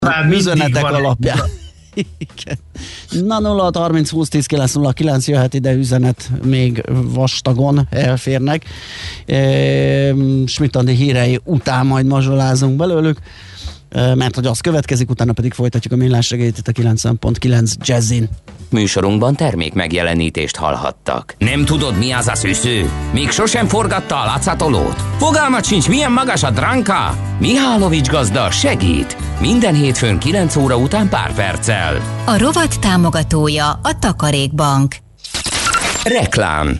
üzenetek alapján. Igen. Na 0-30-20-10-9-09 jöhet ide üzenet, még vastagon elférnek. Schmidt Andi hírei után majd mazsolázunk belőlük, mert hogy az következik, utána pedig folytatjuk a millás reggelit itt a 90.9 Jazzin. Műsorunkban termék megjelenítést hallhattak. Nem tudod, mi az a szűző? Még sosem forgatta a látszatolót? Fogalmat sincs, milyen magas a dránka? Mihálovics gazda segít! Minden hétfőn 9 óra után pár perccel. A rovat támogatója a Takarékbank. Reklám.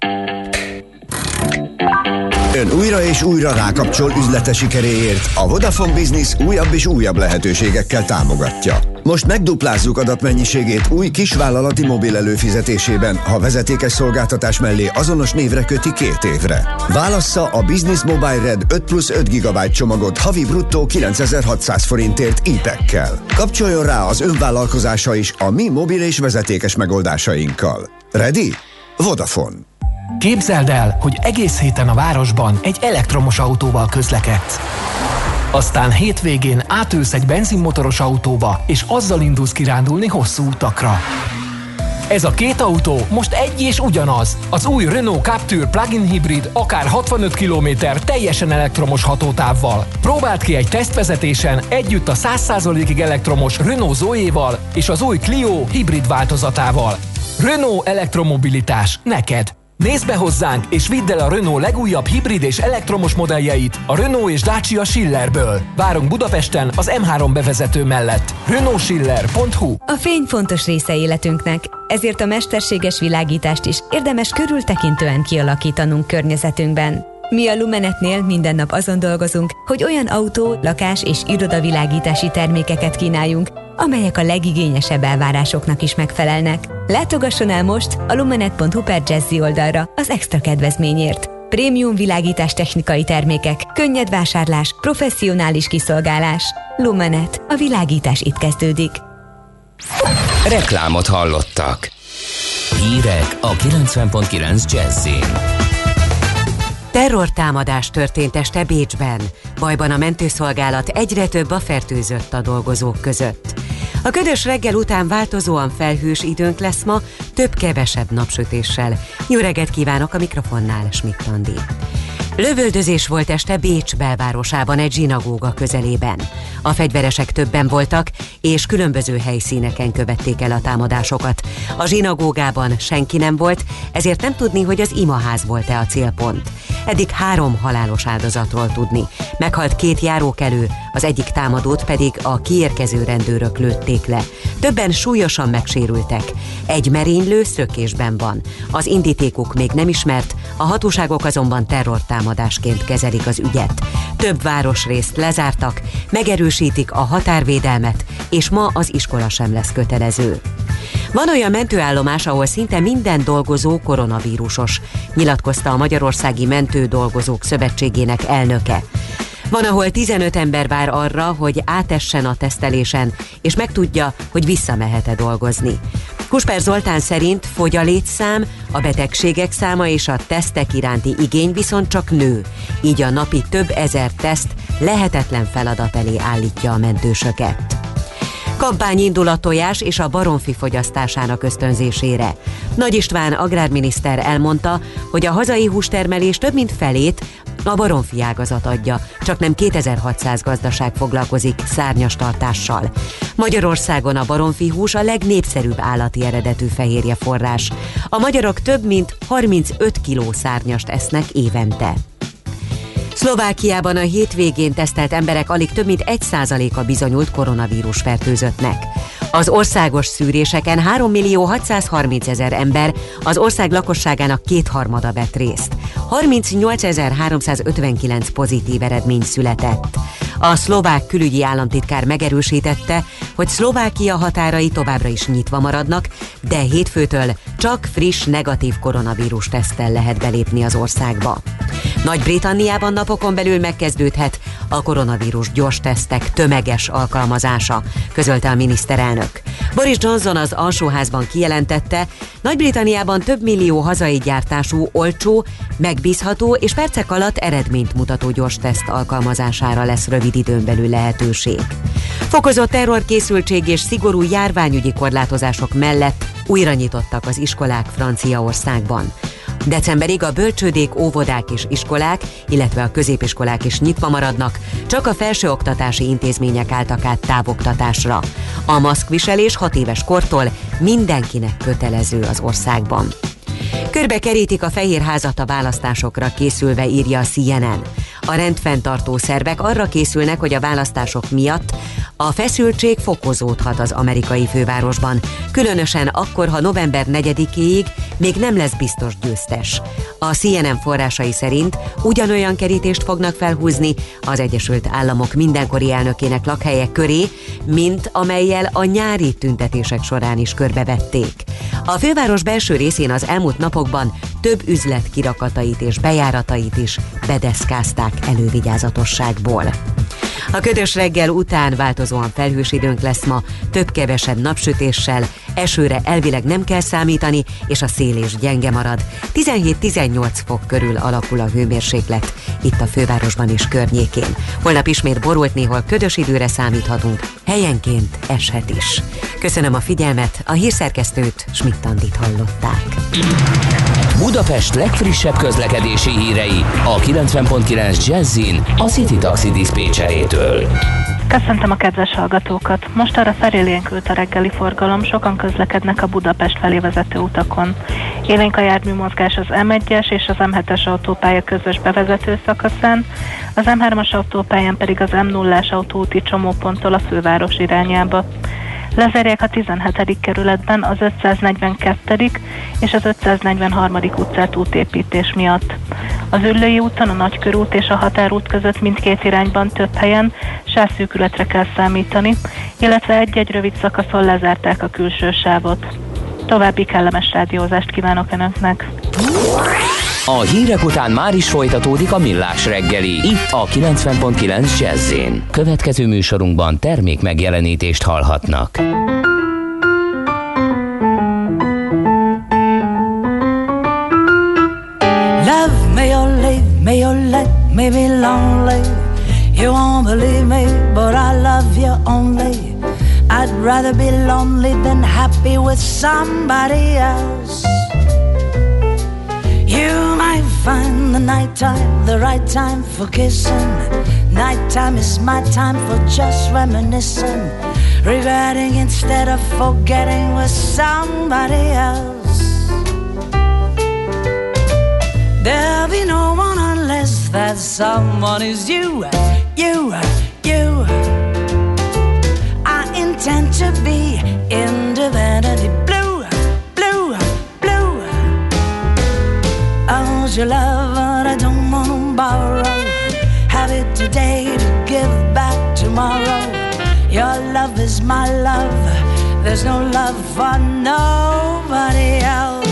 Ön újra és újra rákapcsol üzlete sikeréért, a Vodafone Business újabb és újabb lehetőségekkel támogatja. Most megduplázzuk adatmennyiségét új kisvállalati mobil előfizetésében, ha vezetékes szolgáltatás mellé azonos névre köti 2 évre. Válassza a Business Mobile Red 5 plusz 5 GB csomagot havi bruttó 9600 forintért e-packkel. Kapcsoljon rá az önvállalkozása is a mi mobil és vezetékes megoldásainkkal. Ready? Vodafone. Képzeld el, hogy egész héten a városban egy elektromos autóval közlekedsz. Aztán hétvégén átülsz egy benzinmotoros autóba, és azzal indulsz kirándulni hosszú utakra. Ez a két autó most egy és ugyanaz. Az új Renault Captur plug-in hibrid akár 65 km teljesen elektromos hatótávval. Próbáld ki egy tesztvezetésen együtt a 100%-ig elektromos Renault Zoe-val és az új Clio hibrid változatával. Renault elektromobilitás neked. Nézd be hozzánk, és vidd el a Renault legújabb hibrid és elektromos modelljeit a Renault és Dacia Schillerből. Várunk Budapesten az M3 bevezető mellett. renaultschiller.hu. A fény fontos része életünknek, ezért a mesterséges világítást is érdemes körültekintően kialakítanunk környezetünkben. Mi a Lumenetnél minden nap azon dolgozunk, hogy olyan autó, lakás és irodavilágítási termékeket kínáljunk, amelyek a legigényesebb elvárásoknak is megfelelnek. Látogasson el most a lumenet.hu/jazzy oldalra az extra kedvezményért. Prémium világítás technikai termékek, könnyed vásárlás, professzionális kiszolgálás. Lumenet. A világítás itt kezdődik. Reklámot hallottak. Hírek a 90.9 Jazzin. Terrortámadás történt este Bécsben. Bajban a mentőszolgálat, egyre több a fertőzött a dolgozók között. A ködös reggel után változóan felhős időnk lesz ma, több-kevesebb napsütéssel. Jó reggelt kívánok, a mikrofonnál Schmidt Andi. Lövöldözés volt este Bécs belvárosában egy zsinagóga közelében. A fegyveresek többen voltak, és különböző helyszíneken követték el a támadásokat. A zsinagógában senki nem volt, ezért nem tudni, hogy az imaház volt-e a célpont. Eddig 3 halálos áldozatról tudni. Meghalt 2 járókelő, az egyik támadót pedig a kiérkező rendőrök lőtték le. Többen súlyosan megsérültek. Egy merénylő szökésben van. Az indítékuk még nem ismert, a hatóságok azonban terrortámadásként kezelik az ügyet. Több városrészt lezártak, megerősítik a határvédelmet, és ma az iskola sem lesz kötelező. Van olyan mentőállomás, ahol szinte minden dolgozó koronavírusos, nyilatkozta a Magyarországi Mentődolgozók Szövetségének elnöke. Van, ahol 15 ember vár arra, hogy átessen a tesztelésen, és megtudja, hogy visszamehet-e dolgozni. Kusper Zoltán szerint fogy a létszám, a betegségek száma és a tesztek iránti igény viszont csak nő, így a napi több ezer teszt lehetetlen feladat elé állítja a mentősöket. Kampány indul a tojás és a baromfi fogyasztásának ösztönzésére. Nagy István agrárminiszter elmondta, hogy a hazai hústermelés több mint felét a baromfi ágazat adja, csak nem 2600 gazdaság foglalkozik szárnyastartással. Magyarországon a baromfi hús a legnépszerűbb állati eredetű fehérje forrás. A magyarok több mint 35 kiló szárnyast esznek évente. Szlovákiában a hétvégén tesztelt emberek alig több mint 1%-a bizonyult koronavírus fertőzöttnek. Az országos szűréseken 3.630.000 ember, az ország lakosságának 2/3 vett részt. 38.359 pozitív eredmény született. A szlovák külügyi államtitkár megerősítette, hogy Szlovákia határai továbbra is nyitva maradnak, de hétfőtől csak friss negatív koronavírus teszttel lehet belépni az országba. Nagy-Britanniában napokon belül megkezdődhet a koronavírus gyors tesztek tömeges alkalmazása, közölte a miniszterelnök. Boris Johnson az alsóházban kijelentette, Nagy-Britanniában több millió hazai gyártású, olcsó, megbízható és percek alatt eredményt mutató gyors teszt alkalmazására lesz rövid időn belül lehetőség. Fokozott terrorkészültség és szigorú járványügyi korlátozások mellett újra nyitottak az iskolák Franciaországban. Decemberig a bölcsődék, óvodák és iskolák, illetve a középiskolák is nyitva maradnak, csak a felsőoktatási intézmények álltak át távoktatásra. A maszkviselés 6 éves kortól mindenkinek kötelező az országban. Körbekerítik a Fehérházat a választásokra készülve, írja a CNN. A rendfenntartó szervek arra készülnek, hogy a választások miatt a feszültség fokozódhat az amerikai fővárosban, különösen akkor, ha november 4-éig még nem lesz biztos győztes. A CNN forrásai szerint ugyanolyan kerítést fognak felhúzni az Egyesült Államok mindenkori elnökének lakhelye köré, mint amellyel a nyári tüntetések során is körbevették. A főváros belső részén az elmúlt napokban több üzlet kirakatait és bejáratait is bedeszkázták elővigyázatosságból. A ködös reggel után változóan felhős időnk lesz ma, több-kevesebb napsütéssel, esőre elvileg nem kell számítani, és a szél is gyenge marad. 17-18 fok körül alakul a hőmérséklet, itt a fővárosban és környékén. Holnap ismét borult, néhol ködös időre számíthatunk, helyenként eshet is. Köszönöm a figyelmet, a hírszerkesztőt, Schmidt-Andit hallották. Budapest legfrissebb közlekedési hírei a 90.9 Jazzin a City Taxi diszpécserétől. Köszöntöm a kedves hallgatókat! Most arra felélénkült a reggeli forgalom, sokan közlekednek a Budapest felé vezető utakon. Élénk a járműmozgás az M1-es és az M7-es autópálya közös bevezető szakaszán, az M3-as autópályán pedig az M0-as autóúti csomóponttól a főváros irányába. Lezárják a 17. kerületben az 542. és az 543. utcát útépítés miatt. Az Üllői úton, a Nagykörút és a Határút között mindkét irányban több helyen sávszűkületre kell számítani, illetve egy-egy rövid szakaszon lezárták a külső sávot. További kellemes rádiózást kívánok Önöknek! A hírek után már is folytatódik a Millás reggeli, itt a 90.9 Jazz-én. Következő műsorunkban termék megjelenítést hallhatnak. Love me or leave me or let me be lonely. You won't believe me, but I love you only. I'd rather be lonely than happy with somebody else. You might find the nighttime the right time for kissing. Nighttime is my time for just reminiscing, regretting instead of forgetting with somebody else. There'll be no one unless that someone is you, you, you. I intend to be independently blue, blue, blue. I want your love, but I don't want to borrow. Have it today to give back tomorrow. Your love is my love. There's no love for nobody else.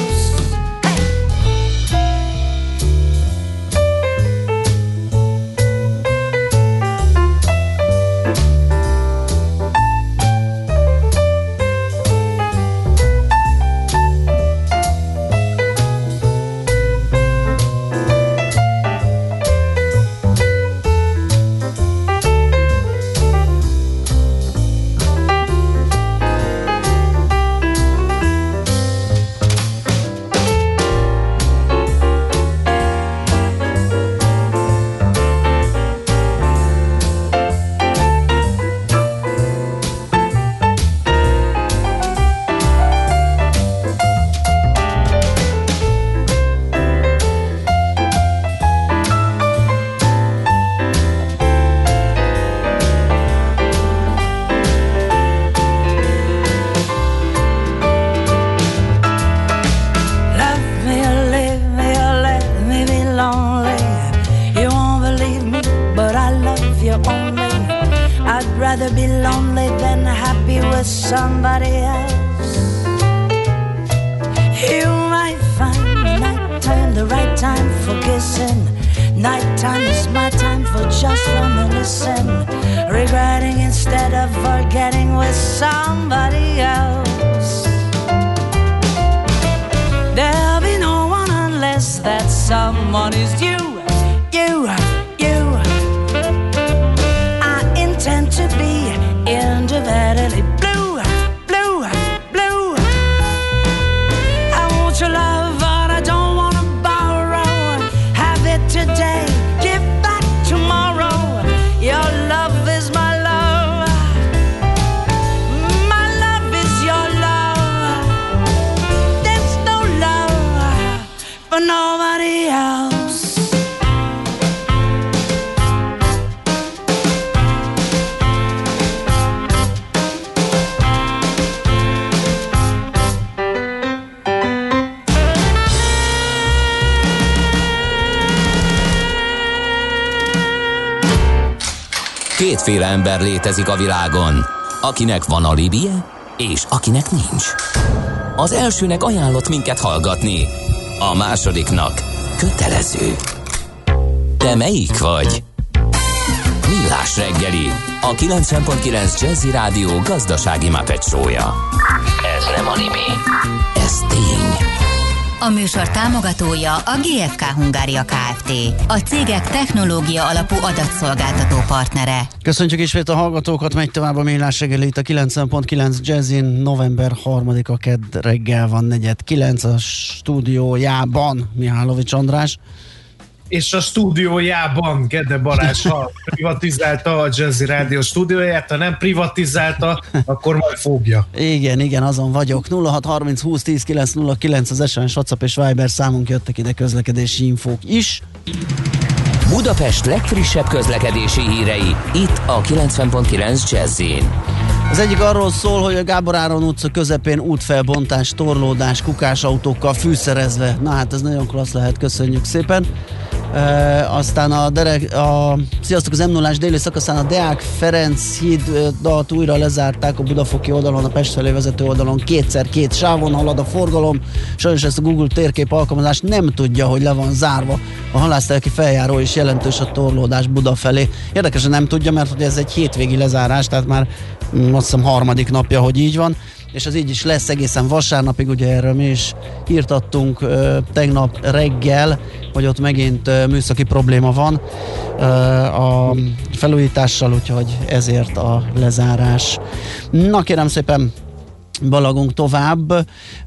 kétféle ember létezik a világon, akinek van alibije, és akinek nincs. Az elsőnek ajánlott minket hallgatni, a másodiknak kötelező. Te melyik vagy? Millás reggeli, a 90.9 Jazzy Rádió gazdasági Muppet show-ja. Ez nem anime, ez tény. A műsor támogatója a GFK Hungária Kft. A cégek technológia alapú adatszolgáltató partnere. Köszönjük ismét a hallgatókat, megy tovább a Millás reggeli itt a 90.9 Jazzin. November 3-a kedd reggel van 4:09 a stúdiójában Mihálovics András. És a stúdiójában Gede Balázs, ha privatizálta a Jazzy Rádió stúdióját, ha nem privatizálta, akkor majd fogja. Igen, azon vagyok. 0630 20 10 909 az SMS, WhatsApp és Viber számunk, jöttek ide közlekedési infók is. Budapest legfrissebb közlekedési hírei, itt a 90.9 Jazzin. Az egyik arról szól, hogy a Gábor Áron utca közepén útfelbontás, torlódás, kukásautókkal fűszerezve. Na hát ez nagyon klassz lehet, köszönjük szépen. Aztán sziasztok, az M0-ás déli szakaszán a Deák Ferenc hídat újra lezárták a budafoki oldalon, a Pest felé vezető oldalon 2x2 sávon halad a forgalom. Sajnos ezt a Google térkép alkalmazás nem tudja, hogy le van zárva. A halásztelki feljáró is jelentős a torlódás Buda felé. Érdekesen nem tudja, mert hogy ez egy hétvégi lezárás, tehát már azt hiszem harmadik napja, hogy így van, és az így is lesz egészen vasárnapig, ugye erről mi is írtattunk tegnap reggel, hogy ott megint műszaki probléma van a felújítással, úgyhogy ezért a lezárás. Na kérem szépen, balagunk tovább.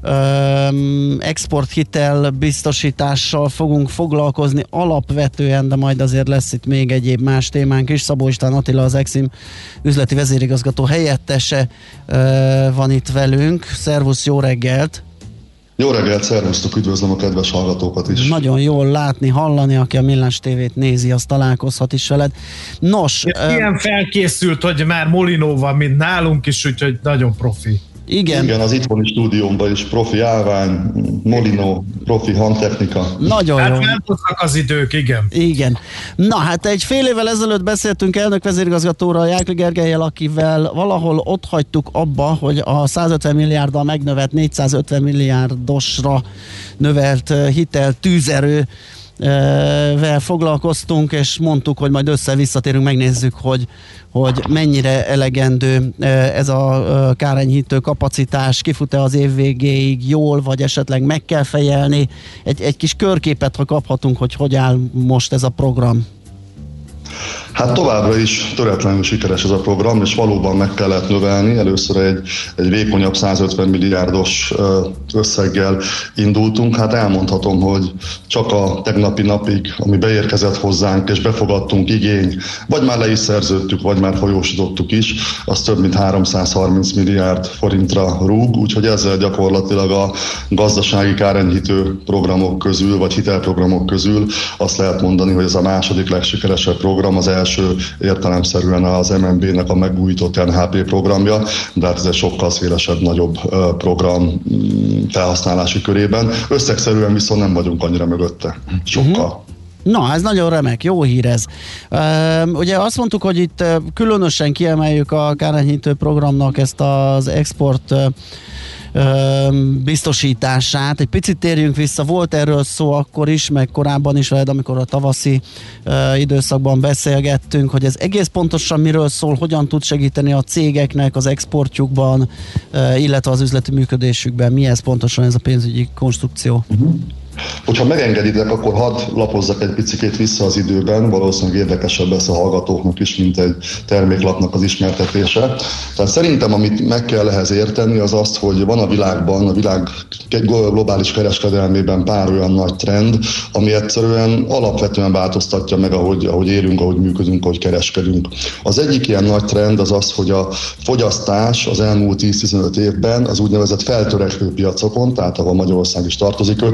Exporthitel biztosítással fogunk foglalkozni alapvetően, de majd azért lesz itt még egyéb más témánk is. Szabó István Attila, az Exim üzleti vezérigazgató helyettese van itt velünk. Szervusz, jó reggelt! Jó reggelt, szervusztok, üdvözlöm a kedves hallgatókat is. Nagyon jól látni, hallani, aki a Millás tévét nézi, az találkozhat is veled. Nos... Ilyen felkészült, hogy már Molinó van, mint nálunk is, úgyhogy nagyon profi. Igen, az itthoni stúdiómban is profi állvány, Molinó, profi hangtechnika. Nagyon jó. Hát változnak az idők, igen. Igen. Na hát egy fél évvel ezelőtt beszéltünk elnök vezérigazgatóra, Jákli Gergellyel, akivel valahol ott hagytuk abba, hogy a 150 milliárddal megnövelt 450 milliárdosra növelt hitel tűzerő vel foglalkoztunk, és mondtuk, hogy majd visszatérünk, megnézzük, hogy mennyire elegendő ez a kárenyhítő kapacitás, kifut-e az év végéig jól, vagy esetleg meg kell fejelni. Egy kis körképet, ha kaphatunk, hogy áll most ez a program. Hát továbbra is töretlenül sikeres ez a program, és valóban meg kellett növelni. Először egy vékonyabb 150 milliárdos összeggel indultunk. Hát elmondhatom, hogy csak a tegnapi napig, ami beérkezett hozzánk, és befogadtunk igény, vagy már le is szerződtük, vagy már folyósítottuk is, az több mint 330 milliárd forintra rúg, úgyhogy ezzel gyakorlatilag a gazdasági kárenyhítő programok közül, vagy hitelprogramok közül azt lehet mondani, hogy ez a második legsikeresebb program, az első értelemszerűen az MNB-nek a megújított NHP programja, de hát ez egy sokkal szélesebb, nagyobb program felhasználási körében. Összegszerűen viszont nem vagyunk annyira mögötte. Sokkal. Na, ez nagyon remek, jó hír ez. Ugye azt mondtuk, hogy itt különösen kiemeljük a kárenyhítő programnak ezt az export biztosítását. Egy picit térjünk vissza, volt erről szó akkor is, meg korábban is veled, amikor a tavaszi időszakban beszélgettünk, hogy ez egész pontosan miről szól, hogyan tud segíteni a cégeknek az exportjukban, illetve az üzleti működésükben. Mi ez pontosan, ez a pénzügyi konstrukció? Hogyha megengeditek, akkor hadd lapozzak egy picikét vissza az időben, valószínűleg érdekesebb lesz a hallgatóknak is, mint egy terméklapnak az ismertetése. Tehát szerintem, amit meg kell ehhez érteni, az azt, hogy van a világban, a világ globális kereskedelmében pár olyan nagy trend, ami egyszerűen alapvetően változtatja meg, ahogy élünk, ahogy működünk, ahogy kereskedünk. Az egyik ilyen nagy trend az az, hogy a fogyasztás az elmúlt 10-15 évben az úgynevezett feltörekvő piacokon, tehát ahol Magyarország is tartozik, 50%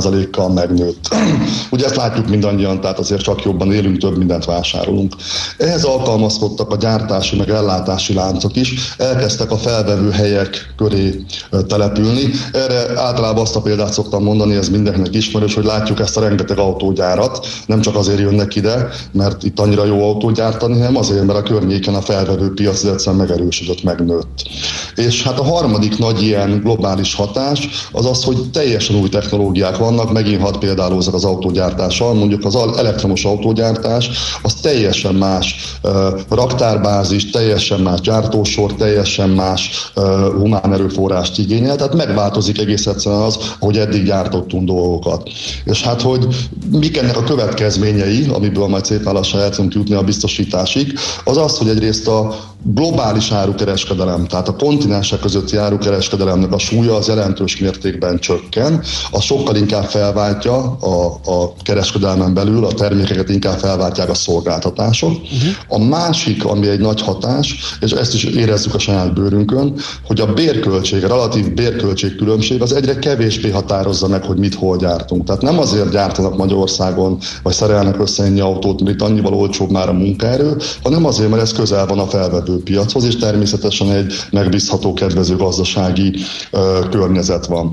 10%-kal megnőtt. Ugye ezt látjuk mindannyian, tehát azért csak jobban élünk, több mindent vásárolunk. Ehhez alkalmazkodtak a gyártási meg ellátási láncok is, elkezdtek a felvevő helyek köré települni. Erre általában azt a példát szoktam mondani, ez mindenkinek ismerős, hogy látjuk ezt a rengeteg autógyárat, nem csak azért jönnek ide, mert itt annyira jó autót gyártani, hanem azért, mert a környéken a felvevő piac egyszerűen megerősödött, megnőtt. És hát a harmadik nagy ilyen globális hatás az, hogy teljesen új technológiák vannak, megint hadd példálózzak az autógyártással, mondjuk az elektromos autógyártás, az teljesen más raktárbázis, teljesen más gyártósor, teljesen más humán erőforrást igényel, tehát megváltozik egész egyszerűen az, hogy eddig gyártottunk dolgokat. És hát, hogy mik ennek a következményei, amiből majd szépen lassan el tudunk jutni a biztosításig, az, hogy egyrészt a globális árukereskedelem, tehát a kontinensek közötti árukereskedelemnek a súlya az jelentős mértékben csökken, az sokkal inkább felváltja a kereskedelmen belül, a termékeket inkább felváltják a szolgáltatások. A másik, ami egy nagy hatás, és ezt is érezzük a saját bőrünkön, hogy a bérköltség, a relatív bérköltségkülönbség az egyre kevésbé határozza meg, hogy mit hol gyártunk. Tehát nem azért gyártanak Magyarországon, vagy szerelnek össze ennyi autót, mert itt annyival olcsóbb már a munkaerő, hanem azért, mert ez közel van a felvevő piachoz, és természetesen egy megbízható, kedvező gazdasági környezet van.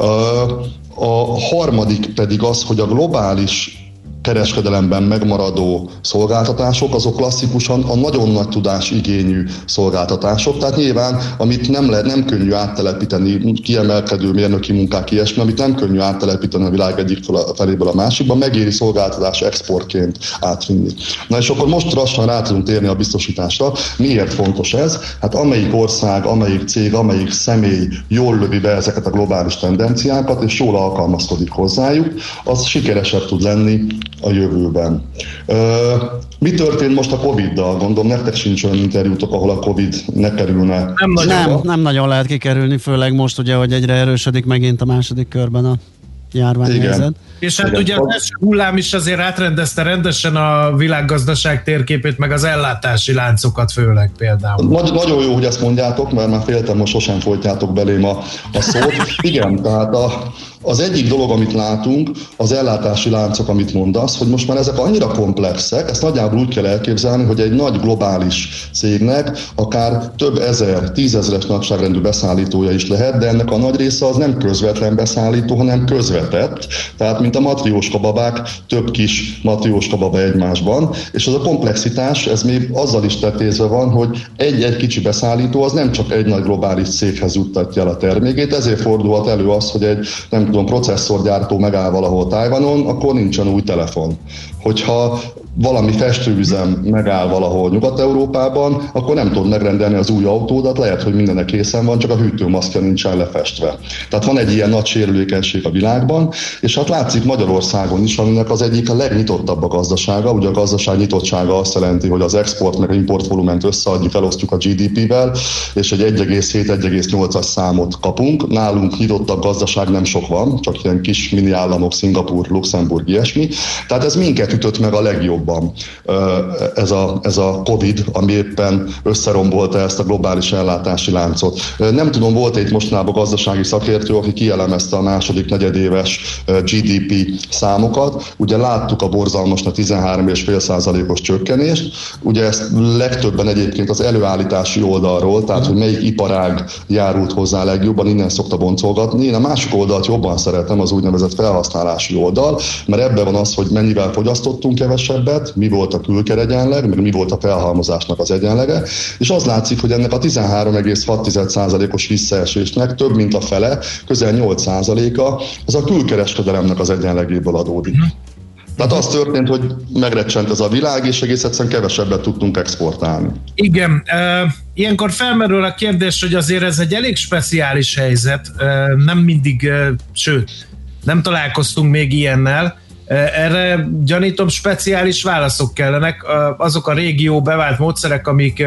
A harmadik pedig az, hogy a globális kereskedelemben megmaradó szolgáltatások, azok klasszikusan a nagyon nagy tudás igényű szolgáltatások. Tehát nyilván, amit nem könnyű áttelepíteni, kiemelkedő mérnöki munkák, ilyesmi, amit nem könnyű áttelepíteni a világ egyik feléből a másikba, megéri szolgáltatás exportként átvinni. Na és akkor most lassan rá tudunk térni a biztosításra. Miért fontos ez? Hát amelyik ország, amelyik cég, amelyik személy jól lövi be ezeket a globális tendenciákat, és jól alkalmazkodik hozzájuk, az sikeresebb tud lenni a jövőben. Mi történt most a Covid-dal? Gondolom, nektek sincs olyan interjútok, ahol a Covid ne kerülne. Nem nagyon lehet kikerülni, főleg most ugye, hogy egyre erősödik megint a második körben a járványhelyzet. És hát ugye az első hullám is azért átrendezte rendesen a világgazdaság térképét, meg az ellátási láncokat főleg például. Nagyon jó, hogy ezt mondjátok, mert már féltem, most sosem folytjátok belém a szót. Igen, tehát az egyik dolog, amit látunk, az ellátási láncok, amit mondasz, hogy most már ezek annyira komplexek, ezt nagyjából úgy kell elképzelni, hogy egy nagy globális cégnek akár több ezer, tízezeres nagyságrendű beszállítója is lehet, de ennek a nagy része az nem közvetlen beszállító, hanem közvetett. Tehát, mint a matrióska babák, több kis matrióska baba egymásban, és az a komplexitás, ez még azzal is tetézve van, hogy egy kicsi beszállító az nem csak egy nagy globális céghez juttatja el a termékét, ezért fordulhat elő az, hogy egy processzorgyártó megáll valahol Tajvanon, akkor nincsen új telefon. Hogyha valami festőüzem megáll valahol Nyugat-Európában, akkor nem tudod megrendelni az új autódat, lehet, hogy mindenek készen van, csak a hűtőmaszkja nincsen lefestve. Tehát van egy ilyen nagy sérülékenység a világban, és hát látszik Magyarországon is, aminek az egyik a legnyitottabb a gazdasága. Ugye a gazdaság nyitottsága azt jelenti, hogy az export meg import volument összeadjuk, elosztjuk a GDP-vel, és egy 1,7-1,8-as számot kapunk. Nálunk nyitottabb gazdaság nem sok van, csak ilyen kis mini államok, Szingapúr, Luxemburg, ilyesmi. Tehát ez minket ütött meg a legjobban. Ez a Covid, ami éppen összerombolta ezt a globális ellátási láncot. Nem tudom, volt egy mostanában gazdasági szakértő, aki kielemezte a második negyedéves GDP számokat. Ugye láttuk a borzalmasnak 13,5%-os csökkenést. Ugye ezt legtöbben egyébként az előállítási oldalról, tehát hogy melyik iparág járult hozzá legjobban, innen szokta boncolgatni. Én a másik oldalt jobban szeretem, az úgynevezett felhasználási oldal, mert ebben van az, hogy mennyivel fogyasztottunk kevesebbet, mi volt a külkeregyenleg, meg mi volt a felhalmozásnak az egyenlege, és az látszik, hogy ennek a 13,6%-os visszaesésnek több mint a fele, közel 8%-a, az a külkereskedelemnek az egyenlegéből adódik. Tehát az történt, hogy megrecsent ez a világ, és egész egyszerűen kevesebbet tudtunk exportálni. Igen, ilyenkor felmerül a kérdés, hogy azért ez egy elég speciális helyzet, nem mindig, sőt, nem találkoztunk még ilyennel. Erre gyanítom speciális válaszok kellenek, azok a régió bevált módszerek, amik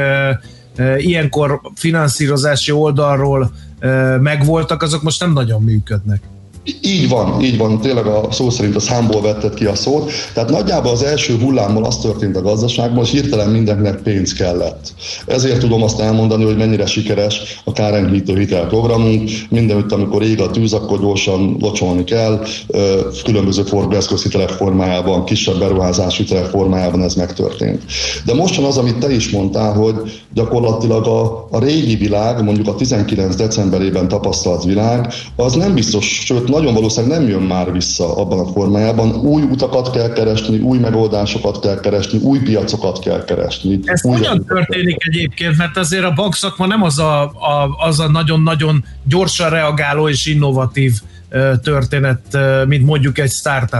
ilyenkor finanszírozási oldalról megvoltak, azok most nem nagyon működnek. Így van, tényleg a szó szerint a számból vetted ki a szót. Tehát nagyjából az első hullámmal az történt a gazdaságban, hogy hirtelen mindenkinek pénz kellett. Ezért tudom azt elmondani, hogy mennyire sikeres a kárenyhítő hitelprogramunk. Mindenütt, amikor ég a tűz, akkor gyorsan locsolni kell. Különböző forgóeszközhitelek formájában, kisebb beruházási hitelek formájában ez megtörtént. De most van az, amit te is mondtál, hogy gyakorlatilag a régi világ, mondjuk a 19 decemberében tapasztalt világ, az nem biztos, sőt nagyon valószínűleg nem jön már vissza abban a formájában. Új utakat kell keresni, új megoldásokat kell keresni, új piacokat kell keresni. Ez hogyan történik egyébként? Mert azért a bankszakma nem az a nagyon-nagyon gyorsan reagáló és innovatív történet, mint mondjuk egy startup.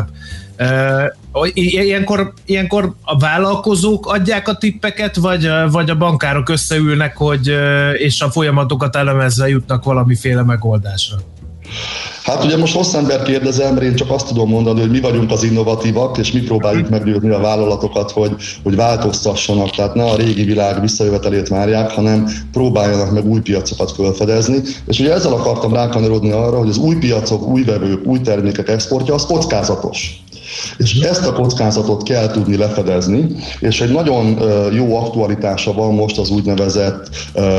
Ilyenkor a vállalkozók adják a tippeket, vagy a bankárok összeülnek, és a folyamatokat elemezve jutnak valamiféle megoldásra? Hát ugye most rossz ember kérdezem, mert én csak azt tudom mondani, hogy mi vagyunk az innovatívak, és mi próbáljuk meggyőzni a vállalatokat, hogy változtassanak, tehát ne a régi világ visszajövetelét várják, hanem próbáljanak meg új piacokat felfedezni. És ugye ezzel akartam rákanyarodni arra, hogy az új piacok, új vevők, új termékek exportja az kockázatos. És ezt a kockázatot kell tudni lefedezni, és egy nagyon jó aktualitása van most az úgynevezett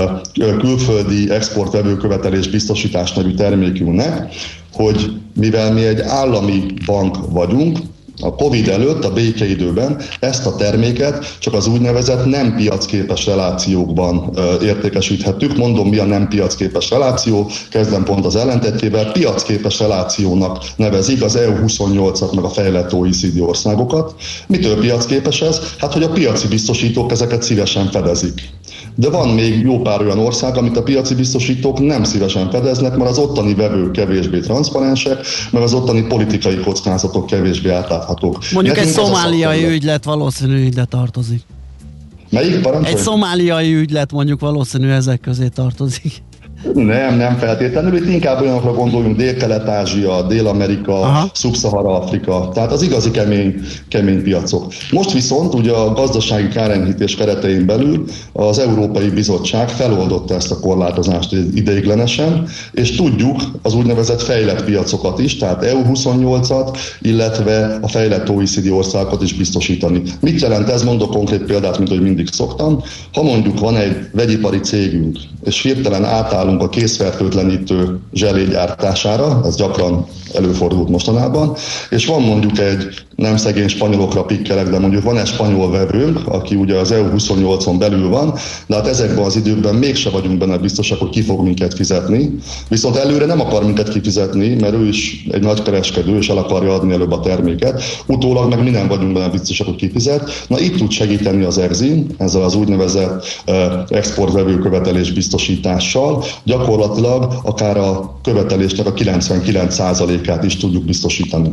külföldi exportvevőkövetelés biztosítás nevű termékünknek, hogy mivel mi egy állami bank vagyunk, a Covid előtt, a békeidőben ezt a terméket csak az úgynevezett nem piacképes relációkban értékesíthettük. Mondom, mi a nem piacképes reláció, kezdem pont az ellentétjével. Piacképes relációnak nevezik az EU28-at, meg a fejlett OECD országokat. Mitől piacképes ez? Hát, hogy a piaci biztosítók ezeket szívesen fedezik. De van még jó pár olyan ország, amit a piaci biztosítók nem szívesen fedeznek, mert az ottani vevők kevésbé transzparensek, mert az ottani politikai kockázatok kevésbé átláthatók. Mondjuk nekünk egy szomáliai ügylet valószínű ide tartozik. Melyik parancsolj? Egy szomáliai ügylet mondjuk valószínű ezek közé tartozik. Nem feltétlenül, itt inkább olyanokra gondoljunk, Dél-Kelet-Ázsia, Dél-Amerika, Szub-Szahara-Afrika, tehát az igazi kemény piacok. Most viszont ugye a gazdasági kárenyhítés keretein belül az Európai Bizottság feloldotta ezt a korlátozást ideiglenesen, és tudjuk az úgynevezett fejlett piacokat is, tehát EU28-at, illetve a fejlett OECD országokat is biztosítani. Mit jelent ez? Mondok konkrét példát, mint hogy mindig szoktam. Ha mondjuk van egy vegyipari cégünk, és hirtelen átállunk a készfertőtlenítő zselé gyártására, ez gyakran előfordult mostanában, és van mondjuk egy, nem szegény spanyolokra pikkelek, de mondjuk van egy spanyol vevőnk, aki ugye az EU28-on belül van, de hát ezekben az időkben mégse vagyunk benne biztosak, hogy ki fog minket fizetni, viszont előre nem akar minket kifizetni, mert ő is egy nagy kereskedő, és el akarja adni előbb a terméket, utólag meg mi nem vagyunk benne biztosak, hogy kifizet. Na itt tud segíteni az EXIM, ezzel az úgynevezett exportvevő követelés biztosítással, gyakorlatilag akár a követelésnek a 99%-át is tudjuk biztosítani.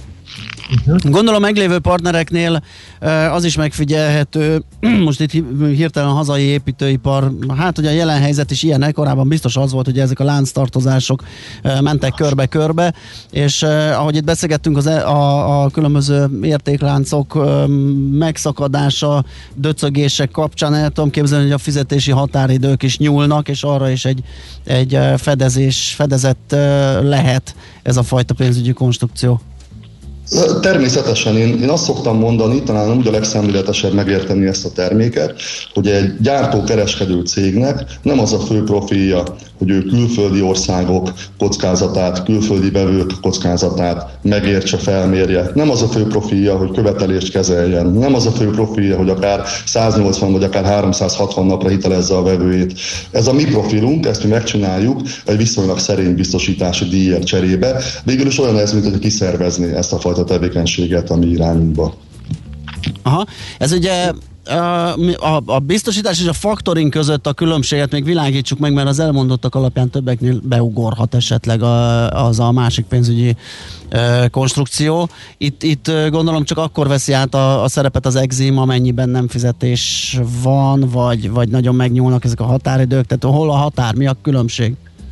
Gondolom meglévő partnereknél az is megfigyelhető, most itt hirtelen a hazai építőipar, hát ugye a jelen helyzet is ilyen, korábban biztos az volt, hogy ezek a lánctartozások mentek körbe-körbe, és ahogy itt beszélgettünk a különböző értékláncok megszakadása, döcögések kapcsán, el tudom képzelni, hogy a fizetési határidők is nyúlnak, és arra is egy fedezet lehet ez a fajta pénzügyi konstrukció. Természetesen én azt szoktam mondani, talán úgy a legszemléletesebb megérteni ezt a terméket, hogy egy gyártó-kereskedő cégnek nem az a fő profilja, hogy ő külföldi országok kockázatát, külföldi vevők kockázatát megértse, felmérje. Nem az a fő profilja, hogy követelést kezeljen. Nem az a fő profilja, hogy akár 180 vagy akár 360 napra hitelezze a vevőjét. Ez a mi profilunk, ezt mi megcsináljuk egy viszonylag szerény biztosítási díjért cserébe. Végül is olyan ez, mint hogy kiszervezni ezt a fajta tevékenységet a mi irányunkba. Aha, ez ugye a biztosítás és a faktoring között a különbséget még világítsuk meg, mert az elmondottak alapján többeknél beugorhat esetleg az a másik pénzügyi konstrukció. Itt gondolom csak akkor veszi át a szerepet az EXIM, amennyiben nem fizetés van, vagy nagyon megnyúlnak ezek a határidők, tehát hol a határ, mi a különbség?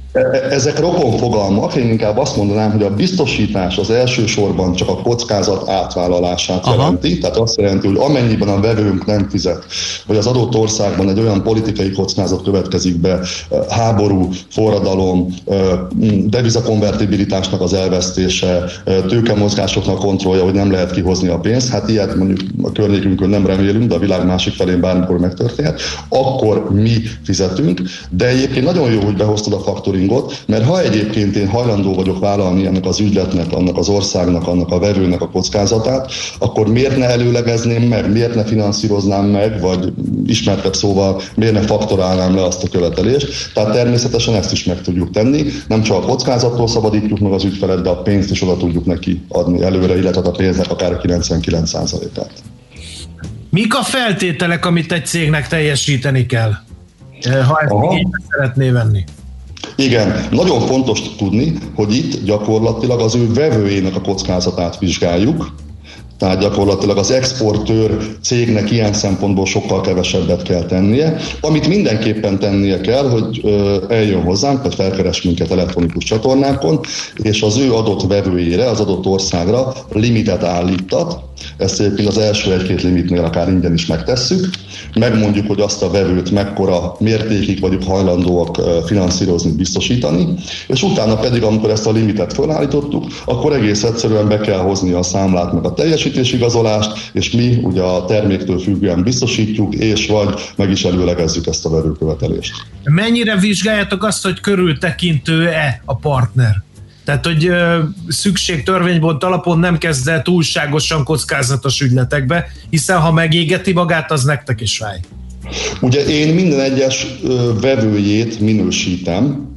Ezek rokonfogalmak, én inkább azt mondanám, hogy a biztosítás az elsősorban csak a kockázat átvállalását jelenti, tehát azt jelenti, hogy amennyiben a vevőnk nem fizet, vagy az adott országban egy olyan politikai kockázat következik be, háború, forradalom, devizakonvertibilitásnak az elvesztése, tőkemozgásoknak kontrollja, hogy nem lehet kihozni a pénzt, hát ilyet mondjuk a környékünkön nem remélünk, de a világ másik felén bármikor megtörténhet, akkor mi fizetünk, de egyébként nagyon jó, hogy behoztad a faktoringot, mert ha egyébként én hajlandó vagyok vállalni ennek az ügyletnek, annak az országnak, annak a vevőnek a kockázatát, akkor miért ne előlegezném meg, miért ne finanszíroznám meg, vagy ismertebb szóval miért ne faktorálnám le azt a követelést. Tehát természetesen ezt is meg tudjuk tenni, nem csak a kockázattól szabadítjuk meg az ügyfelet, de a pénzt is oda tudjuk neki adni előre, illetve a pénznek akár 99%-át. Mik a feltételek, amit egy cégnek teljesíteni kell, ha ezt igénybe szeretné venni? Igen, nagyon fontos tudni, hogy itt gyakorlatilag az ő vevőjének a kockázatát vizsgáljuk, tehát gyakorlatilag az exportőr cégnek ilyen szempontból sokkal kevesebbet kell tennie. Amit mindenképpen tennie kell, hogy eljön hozzánk, vagy felkeres minket elektronikus csatornákon, és az ő adott vevőjére, az adott országra limitet állítat. Ezt egyébként az első egy-két limitnél akár ingyen is megtesszük. Megmondjuk, hogy azt a vevőt mekkora mértékig vagyunk hajlandóak finanszírozni, biztosítani, és utána pedig, amikor ezt a limitet felállítottuk, akkor egész egyszerűen be kell hozni a számlát, meg a teljesítésigazolást, és mi ugye a terméktől függően biztosítjuk, és vagy meg is előlegezzük ezt a vevőkövetelést. Mennyire vizsgáljátok azt, hogy körültekintő-e a partner? Tehát, hogy szükség törvénybont alapon nem kezd el túlságosan kockázatos ügyletekbe, hiszen ha megégeti magát, az nektek is fáj. Ugye én minden egyes vevőjét minősítem,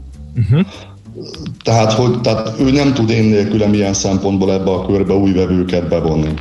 tehát ő nem tud én nélkülem ilyen szempontból ebbe a körbe új vevőket bevonni.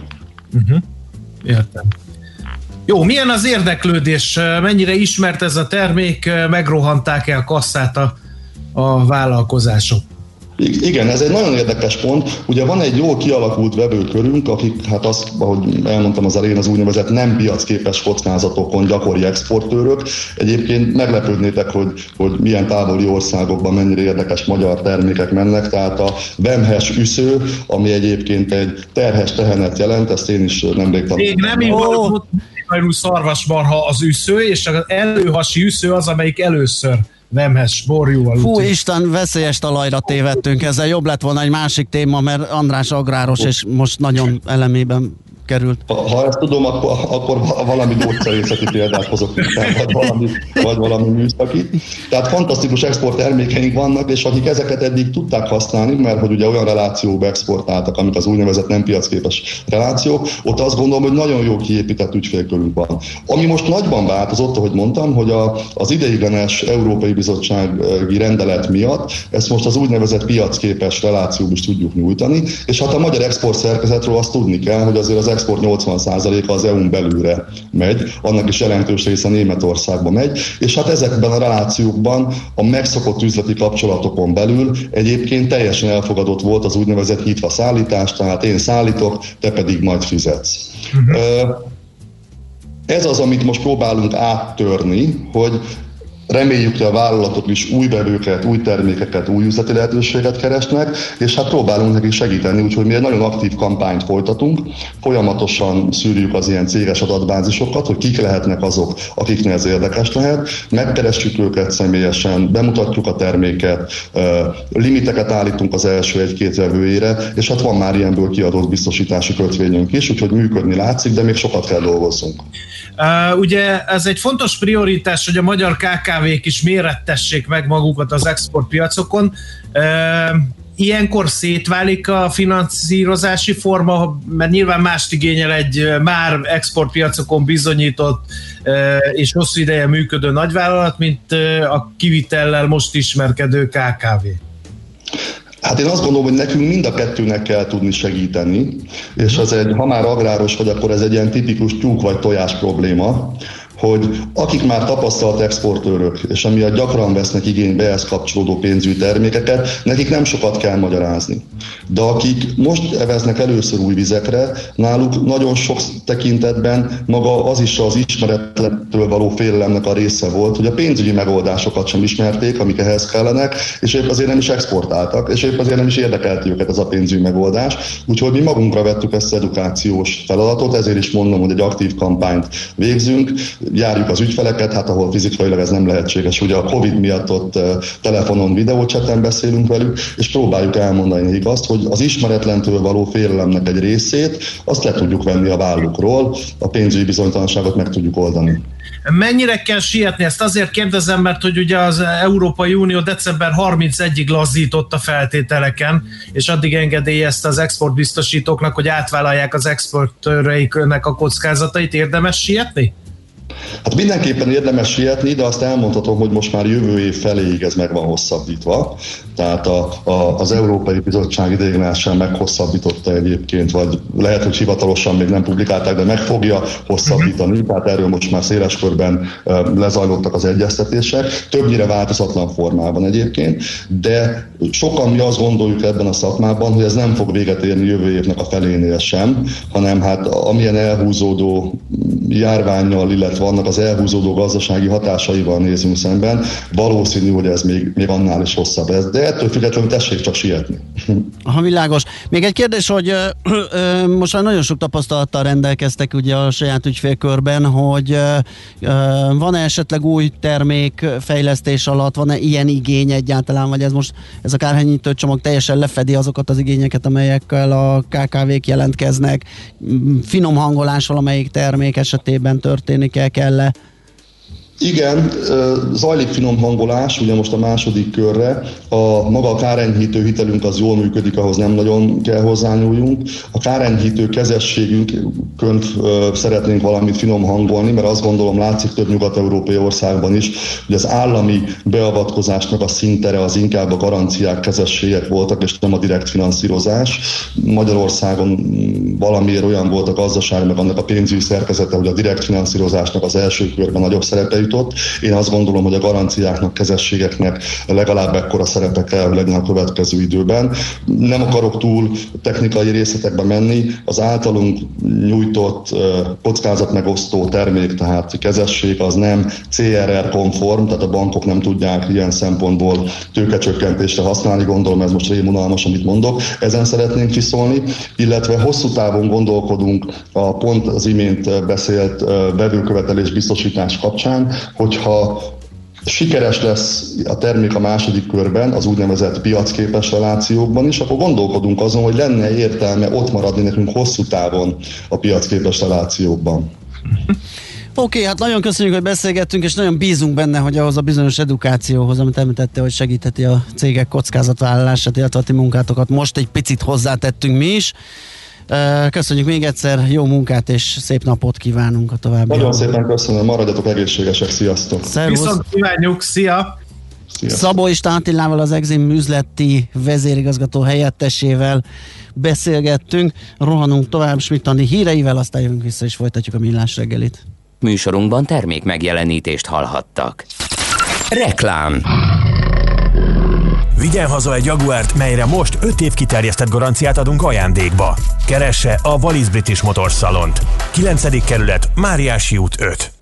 Értem. Jó, milyen az érdeklődés? Mennyire ismert ez a termék? Megrohanták el kasszát a vállalkozások? Igen, ez egy nagyon érdekes pont. Ugye van egy jól kialakult vevőkörünk, akik, hát azt, ahogy elmondtam az elején, az úgynevezett nem piacképes kockázatokon gyakori exportőrök. Egyébként meglepődnétek, hogy milyen távoli országokban mennyire érdekes magyar termékek mennek. Tehát a vemhes üsző, ami egyébként egy terhes tehenet jelent, ezt én is nemrég tanultam. Még nem volt szarvasmarha az üsző, és az előhasi üsző az, amelyik először vemhes borjúval. Fú, Isten, veszélyes talajra tévedtünk. Ezzel jobb lett volna egy másik téma, mert András agráros, és most nagyon elemében került. Ha ezt tudom, akkor valami gyógyszerészeti példát hozok, vagy valami műszaki. Tehát fantasztikus export termékeink vannak, és akik ezeket eddig tudták használni, mert hogy ugye olyan relációba exportáltak, amik az úgynevezett nem piacképes relációk, ott azt gondolom, hogy nagyon jó kiépített ügyfélkörünk van. Ami most nagyban változott, ahogy mondtam, hogy az ideiglenes Európai Bizottsági rendelet miatt ezt most az úgynevezett piacképes relációba is tudjuk nyújtani, és hát a magyar export szerkezetről azt tudni kell, hogy azért az export 80%-a az EU-n belülre megy, annak is jelentős része Németországba megy, és hát ezekben a relációkban a megszokott üzleti kapcsolatokon belül egyébként teljesen elfogadott volt az úgynevezett hitva szállítás, tehát én szállítok, te pedig majd fizetsz. Ez az, amit most próbálunk áttörni, hogy reméljük, hogy a vállalatok is új vevőket, új termékeket, új üzleti lehetőséget keresnek, és hát próbálunk nekik segíteni, úgyhogy mi egy nagyon aktív kampányt folytatunk. Folyamatosan szűrjük az ilyen céges adatbázisokat, hogy kik lehetnek azok, akiknél ez érdekes lehet. Megkeressük őket személyesen, bemutatjuk a terméket, limiteket állítunk az első egy-két vevőjére, és hát van már ilyenből kiadott biztosítási kötvényünk is, úgyhogy működni látszik, de még sokat kell dolgozzunk. Ugye ez egy fontos prioritás, hogy a magyar KKV-k is mérettessék meg magukat az exportpiacokon. Ilyenkor szétválik a finanszírozási forma, mert nyilván mást igényel egy már exportpiacokon bizonyított és hosszú ideje működő nagyvállalat, mint a kivitellel most ismerkedő KKV. Hát én azt gondolom, hogy nekünk mind a kettőnek kell tudni segíteni, és ha már agráros vagy, akkor ez egy ilyen tipikus tyúk vagy tojás probléma, hogy akik már tapasztalt exportőrök, és amiatt gyakran vesznek igénybe ehhez kapcsolódó pénzügyi termékeket, nekik nem sokat kell magyarázni. De akik most eveznek először új vizekre, náluk nagyon sok tekintetben maga az is az ismeretlentől való félelemnek a része volt, hogy a pénzügyi megoldásokat sem ismerték, amik ehhez kellenek, és épp azért nem is exportáltak, és épp azért nem is érdekelt őket ez a pénzügyi megoldás. Úgyhogy mi magunkra vettük ezt az edukációs feladatot, ezért is mondom, hogy egy aktív kampányt végzünk, járjuk az ügyfeleket, hát ahol fizikailag ez nem lehetséges. Ugye a Covid miatt ott telefonon, videóchaten beszélünk velük, és próbáljuk elmondani nekik azt, hogy az ismeretlentől való félelemnek egy részét, azt le tudjuk venni a vállukról, a pénzügyi bizonytalanságot meg tudjuk oldani. Mennyire kell sietni? Ezt azért kérdezem, mert hogy ugye az Európai Unió december 31-ig lazított a feltételeken, és addig engedélyezte az exportbiztosítóknak, hogy átvállalják az exportőreiknek a kockázatait. Érdemes sietni? Hát mindenképpen érdemes sietni, de azt elmondhatom, hogy most már jövő év feléig ez meg van hosszabbítva. Tehát az Európai Bizottság ideiglenesen meghosszabbította egyébként, vagy lehet, hogy hivatalosan még nem publikálták, de meg fogja hosszabbítani. Tehát erről most már széles körben lezajlottak az egyeztetések. Többnyire változatlan formában egyébként, de sokan mi azt gondoljuk ebben a szakmában, hogy ez nem fog véget érni jövő évnek a felénél sem, hanem hát amilyen elhúzódó járvánnyal, illetve annak az elhúzódó gazdasági hatásaival nézünk szemben, valószínű, hogy ez még annál is hosszabb lesz. De ettől függetlenül tessék csak sietni. Aha, világos. Még egy kérdés, hogy most már nagyon sok tapasztalattal rendelkeztek ugye a saját ügyfélkörben, hogy van-e esetleg új termékfejlesztés alatt, van-e ilyen igény egyáltalán, vagy ez a kárhányítő csomag teljesen lefedi azokat az igényeket, amelyekkel a KKV-k jelentkeznek, finom hangolás valamelyik termék esetében történik-e, kell-e? Igen, zajlik finom hangolás, ugye most a második körre. A maga a kárenyhítő hitelünk az jól működik, ahhoz nem nagyon kell hozzányúljunk. A kárenyhítő kezességünkön szeretnénk valamit finom hangolni, mert azt gondolom látszik több nyugat-európai országban is, hogy az állami beavatkozásnak a szintere az inkább a garanciák, kezességek voltak, és nem a direkt finanszírozás. Magyarországon valamiért olyan volt a gazdaság, meg annak a pénzügyi szerkezete, hogy a direkt finanszírozásnak az első körben nagyobb szerepe jutott. Én azt gondolom, hogy a garanciáknak, kezességeknek legalább ekkora szerepe kell, hogy legyen a következő időben. Nem akarok túl technikai részletekbe menni. Az általunk nyújtott kockázatmegosztó termék, tehát kezesség, az nem CRR-konform, tehát a bankok nem tudják ilyen szempontból tőkecsökkentésre használni. Gondolom, ez most rémunalmas, amit mondok. Ezen szeretnénk kiszólni, illetve hosszú távon gondolkodunk a pont az imént beszélt vevőkövetelés biztosítás kapcsán, hogyha sikeres lesz a termék a második körben, az úgynevezett piacképes relációkban is, akkor gondolkodunk azon, hogy lenne értelme ott maradni nekünk hosszú távon a piacképes relációkban. Oké, hát nagyon köszönjük, hogy beszélgettünk, és nagyon bízunk benne, hogy ahhoz a bizonyos edukációhoz, amit említette, hogy segítheti a cégek kockázatvállalását, illetve a ti munkátokat, most egy picit hozzátettünk mi is. Köszönjük még egyszer, jó munkát és szép napot kívánunk a további. Nagyon szépen köszönöm, maradjatok egészségesek, sziasztok! Viszont kívánjuk, szia! Szabó István Attilával, az Exim üzleti vezérigazgató helyettesével beszélgettünk, rohanunk tovább Schmidt Andi híreivel, aztán jövünk vissza és folytatjuk a Millás reggelit. Műsorunkban termék megjelenítést hallhattak. Reklám. Vigyen haza egy Jaguart, melyre most 5 év kiterjesztett garanciát adunk ajándékba. Keresse a Wallis British Motors Salont. 9. kerület, Máriási út 5.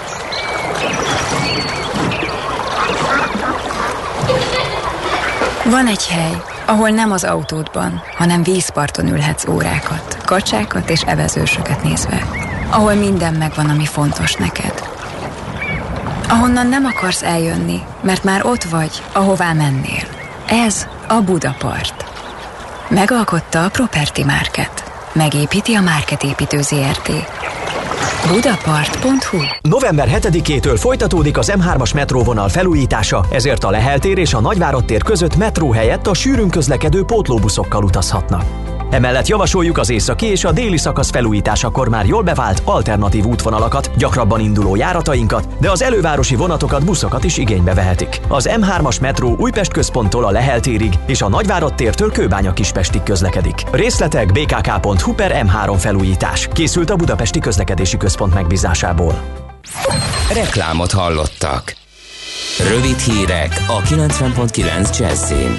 Van egy hely, ahol nem az autódban, hanem vízparton ülhetsz órákat, kacsákat és evezősöket nézve. Ahol minden megvan, ami fontos neked. Ahonnan nem akarsz eljönni, mert már ott vagy, ahová mennél. Ez a Budapart. Megalkotta a Property Market. Megépíti a Market építő ZRT. Budapart.hu. November 7-től folytatódik az M3-as metróvonal felújítása, ezért a Lehel tér és a Nagyvárad tér között metró helyett a sűrűn közlekedő pótlóbuszokkal utazhatnak. Emellett javasoljuk az északi és a déli szakasz felújításakor már jól bevált alternatív útvonalakat, gyakrabban induló járatainkat, de az elővárosi vonatokat, buszokat is igénybe vehetik. Az M3-as metró Újpest központtól a Lehel térig és a Nagyvárad tértől Kőbánya-Kispestig közlekedik. Részletek bkk.hu/M3 felújítás. Készült a Budapesti Közlekedési Központ megbízásából. Reklámot hallottak. Rövid hírek a 90.9 Jazzyn.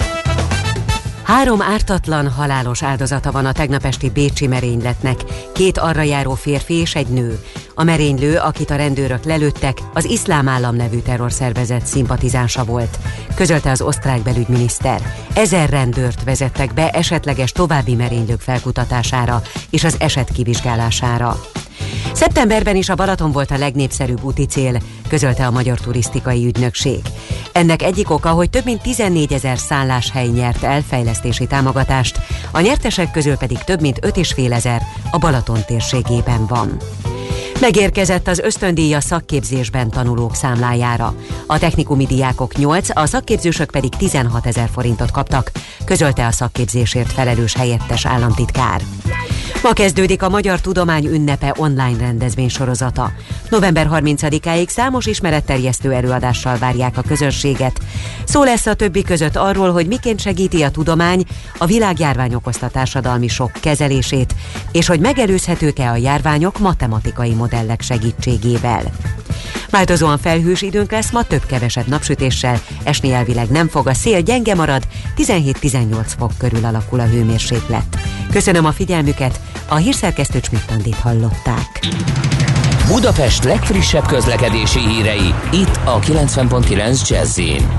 3 ártatlan, halálos áldozata van a tegnap esti bécsi merényletnek, 2 arra járó férfi és egy nő. A merénylő, akit a rendőrök lelőttek, az Iszlám Állam nevű terrorszervezet szimpatizánsa volt, közölte az osztrák belügyminiszter. 1000 rendőrt vezettek be esetleges további merénylők felkutatására és az eset kivizsgálására. Szeptemberben is a Balaton volt a legnépszerűbb úti cél, közölte a Magyar Turisztikai Ügynökség. Ennek egyik oka, hogy több mint 14 000 szálláshely nyert el fejlesztési támogatást, a nyertesek közül pedig több mint 5500 a Balaton térségében van. Megérkezett az ösztöndíj a szakképzésben tanulók számlájára. A technikumi diákok 8, a szakképzősök pedig 16 000 forintot kaptak, közölte a szakképzésért felelős helyettes államtitkár. Ma kezdődik a Magyar Tudomány Ünnepe online rendezvénysorozata. November 30-áig számos ismeretterjesztő előadással várják a közönséget. Szó lesz a többi között arról, hogy miként segíti a tudomány a világjárvány okozta társadalmi sokk kezelését, és hogy megelőzhetők-e a járványok matematikai modellek segítségével. Változóan felhős időnk lesz, ma több-kevesebb napsütéssel, esni elvileg nem fog, a szél gyenge marad, 17-18 fok körül alakul a hőmérséklet. Köszönöm a figyelmüket, a hírszerkesztő Csmittandit hallották. Budapest legfrissebb közlekedési hírei, itt a 90.9 Jazzyn.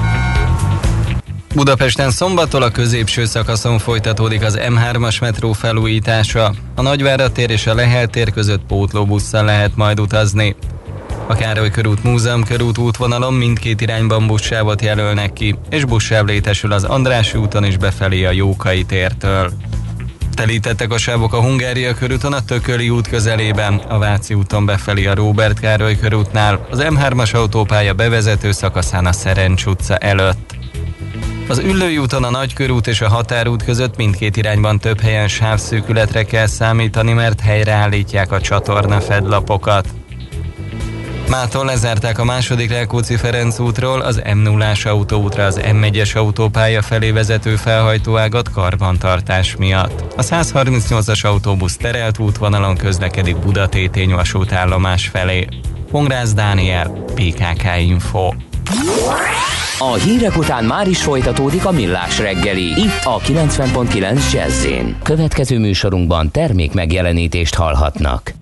Budapesten szombattól a középső szakaszon folytatódik az M3-as metró felújítása. A Nagyvárad tér és a Lehel tér között pótlóbusszal lehet majd utazni. A Károly körút Múzeum körút útvonalon mindkét irányban buszsávot jelölnek ki, és buszsáv létesül az Andrássy úton is befelé a Jókai tértől. Telítettek a sávok a Hungária körúton a Tököli út közelében, a Váci úton befelé a Róbert Károly körútnál, az M3-as autópálya bevezető szakaszán a Szerencs utca előtt. Az Üllői úton a Nagykörút és a Határút között mindkét irányban több helyen sávszűkületre kell számítani, mert helyreállítják a csatorna fedlapokat. Mától lezárták a második Rákóczi-Ferenc útról az M0-ás autóútra az M1-es autópálya felé vezető felhajtóágat karbantartás miatt. A 138-as autóbusz terelt útvonalon közlekedik Buda-Tétény vasútállomás felé. Pongrász Dániel, PKK Info. A hírek után már is folytatódik a Millás reggeli, itt a 90.9 Jazzyn. Következő műsorunkban termék megjelenítést hallhatnak.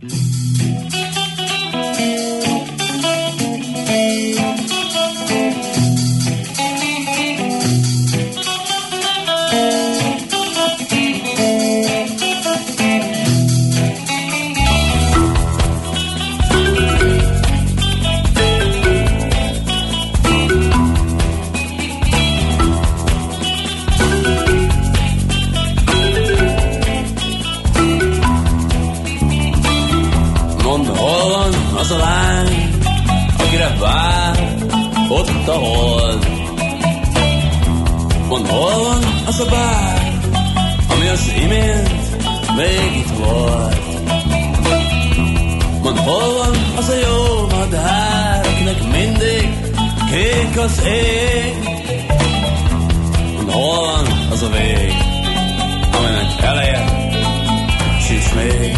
Az a lány, akire vár ott a hold. Mondd, hol van az a bár, ami az imént még itt volt. Mondd, hol van az a jó madár, akinek mindig kék az ég. Mondd, hol van az a vég, aminek eleje sincs még.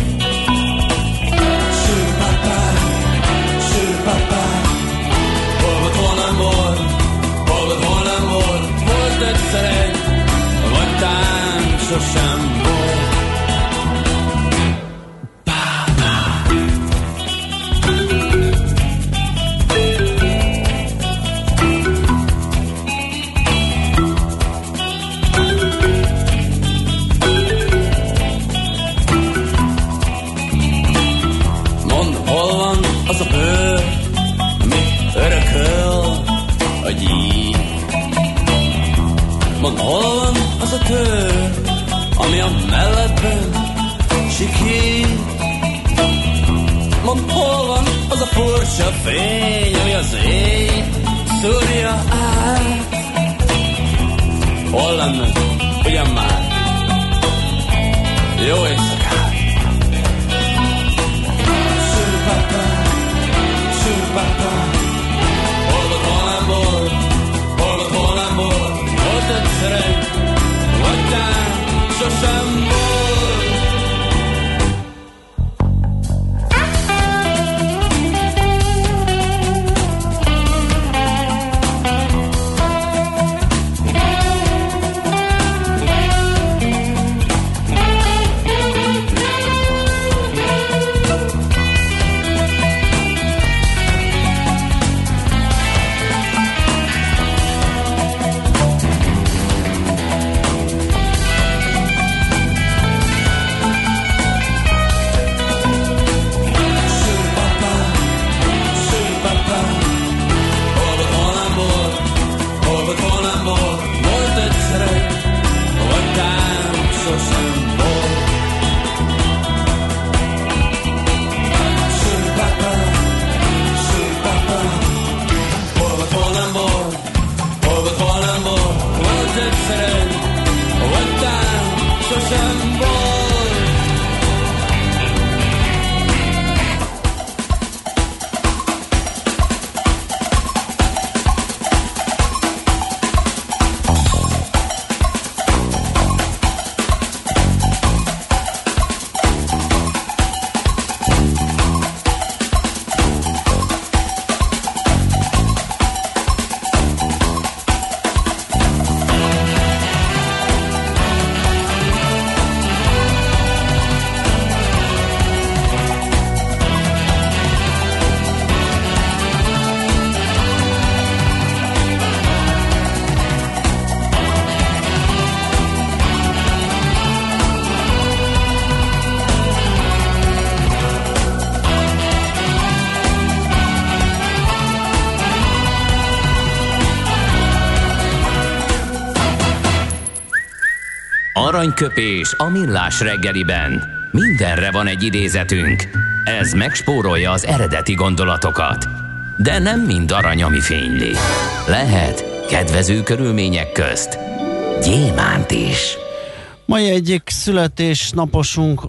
Volt egyszer egy, vagy tán sosem volt. Mondd, hol van az a bőr, amit örököl a gyík. Mondd, hol van az a tör, ami a melledben sikít. Mondd, hol van az a furcsa fény, ami az ég szúrja át. Hol lenne, ugyan már, jó éjszakát. Sürpapá, sürpapá, hol volt, hol nem volt, hol volt, hol nem volt. Volt egyszer egy, vagy tán sosem volt. egyszerűen, hogy tán sosem volt. Aranyköpés a millás reggeliben. Mindenre van egy idézetünk. Ez megspórolja az eredeti gondolatokat. De nem mind arany, ami fényli. Lehet kedvező körülmények közt gyémánt is. Mai egyik születésnaposunk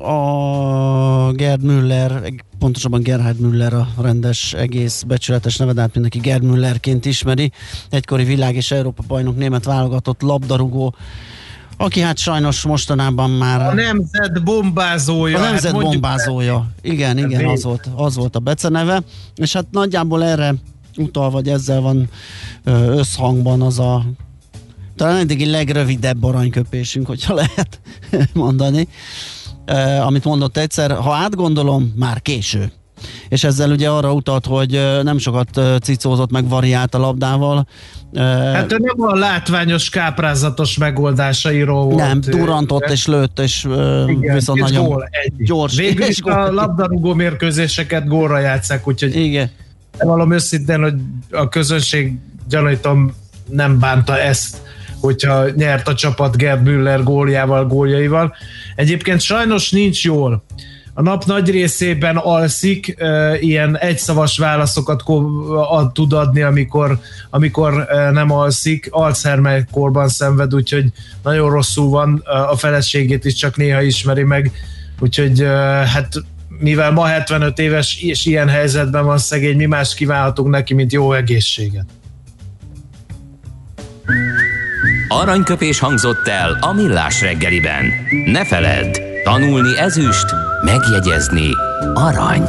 a Gerd Müller, pontosabban Gerhard Müller a rendes, egész becsületes neved, át mindenki Gerd Müllerként ismeri. Egykori világ- és Európa bajnok, német válogatott labdarúgó, aki hát sajnos mostanában már... A nemzet bombázója. A nemzet bombázója. Igen, az volt a beceneve. És hát nagyjából erre utal, vagy ezzel van összhangban az a talán eddigi legrövidebb aranyköpésünk, hogyha lehet mondani. Amit mondott egyszer, ha átgondolom, már késő. És ezzel ugye arra utalt, hogy nem sokat cicózott, meg variált a labdával. Hát ő nem a látványos, káprázatos megoldásairól volt. Nem, durrantott és lőtt, és igen, viszont és nagyon gól, gyors. Végül is a labdarúgó mérkőzéseket gólra játsszák, úgyhogy igen. Valami őszintén, hogy a közönség, gyanítom, nem bánta ezt, hogyha nyert a csapat Gerd Müller góljaival. Egyébként sajnos nincs jól. A nap nagy részében alszik, ilyen egyszavas válaszokat tud adni, amikor nem alszik. Alzheimer-korban szenved, úgyhogy nagyon rosszul van, a feleségét is csak néha ismeri meg, úgyhogy hát mivel ma 75 éves és ilyen helyzetben van szegény, mi más kívánhatunk neki, mint jó egészséget. Aranyköpés hangzott el a millás reggeliben. Ne feledd, tanulni ezüst, megjegyezni arany.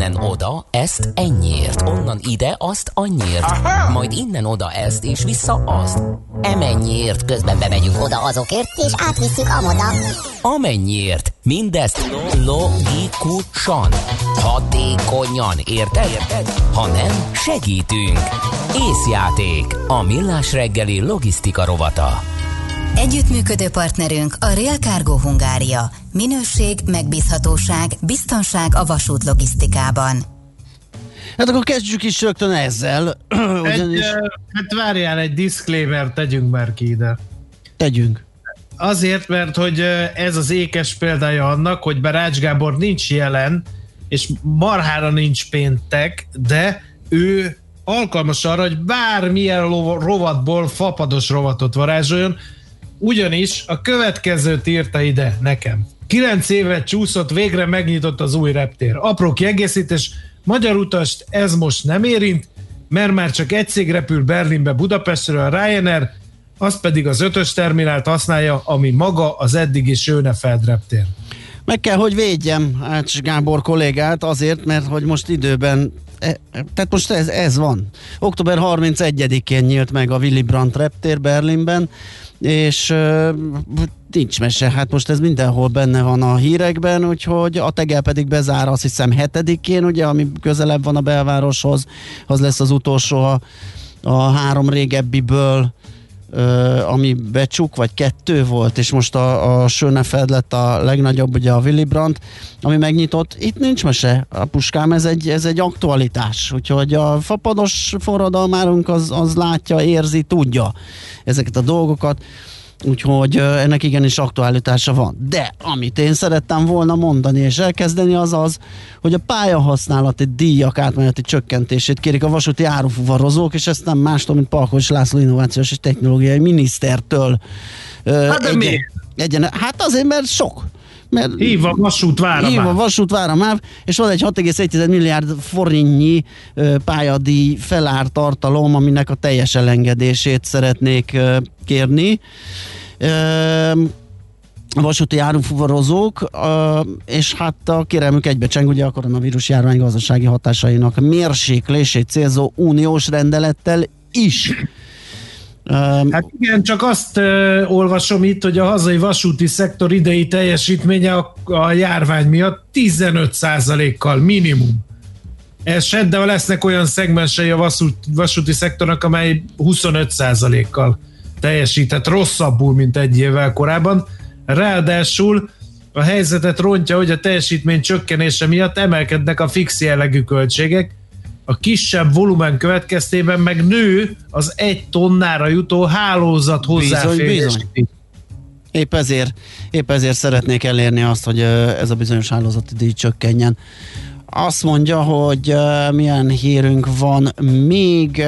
Innen oda, ezt ennyiért, onnan ide, azt annyiért, majd innen oda ezt, és vissza azt. Emennyiért, közben bemegyünk oda azokért, és átvisszük amoda. Amennyiért, mindezt logikusan, hatékonyan, érted? Ha nem, segítünk. Észjáték, a Millás reggeli logisztika rovata. Együttműködő partnerünk a Rail Cargo Hungária. Minőség, megbízhatóság, biztonság a vasút logisztikában. Hát akkor kezdjük is rögtön ezzel. Hát várjál, egy disclaimer tegyünk már ki ide. Tegyünk. Azért, mert hogy ez az ékes példája annak, hogy bár Ács Gábor nincs jelen, és marhára nincs péntek, de ő alkalmas arra, hogy bármilyen rovatból fapados rovatot varázsoljon, ugyanis a következőt írta ide nekem. 9 évet csúszott, végre megnyitott az új reptér. Apró kiegészítés, magyar utast ez most nem érint, mert már csak egy cég repül Berlinbe Budapestről, a Ryanair, az pedig az 5-ös terminált használja, ami maga az eddigi Schönefeld reptér. Meg kell, hogy védjem Ács Gábor kollégát azért, mert hogy most időben, tehát most ez van. Október 31-én nyílt meg a Willy Brandt reptér Berlinben, és nincs mese, hát most ez mindenhol benne van a hírekben, úgyhogy a Tegel pedig bezár, azt hiszem 7-én, ugye, ami közelebb van a belvároshoz, az lesz az utolsó a 3 régebbiből, ami becsuk, vagy 2 volt, és most a Schönefeld lett a legnagyobb, ugye a Willy Brandt, ami megnyitott. Itt nincs mese, a puskám, ez egy aktualitás, úgyhogy a fapados forradalmárunk az látja, érzi, tudja ezeket a dolgokat, úgyhogy ennek igenis aktualitása van. De amit én szerettem volna mondani és elkezdeni az, hogy a pályahasználati díjak átmeneti csökkentését kérik a vasúti árufuvarozók, és ezt nem mástól, mint Palkovics László innovációs és technológiai minisztertől. Hát de hát azért, mert sok. Hív a vasútvára MÁV, és van egy 6,1 milliárd forintnyi pályadíj felár tartalom, aminek a teljes elengedését szeretnék kérni a vasúti árufuvarozók, és hát a kérelmük egybecseng ugye a koronavírus járvány gazdasági hatásainak mérséklését célzó uniós rendelettel is. Hát igen, csak azt olvasom itt, hogy a hazai vasúti szektor idei teljesítménye a járvány miatt 15%-kal minimum esett, de lesznek olyan szegmensei a vasúti szektornak, amely 25%-kal teljesített rosszabbul, mint egy évvel korábban. Ráadásul a helyzetet rontja, hogy a teljesítmény csökkenése miatt emelkednek a fix jellegű költségek, a kisebb volumen következtében meg nő az 1 tonnára jutó hálózat hozzáférés. Épp ezért szeretnék elérni azt, hogy ez a bizonyos hálózati díj csökkenjen. Azt mondja, hogy milyen hírünk van még.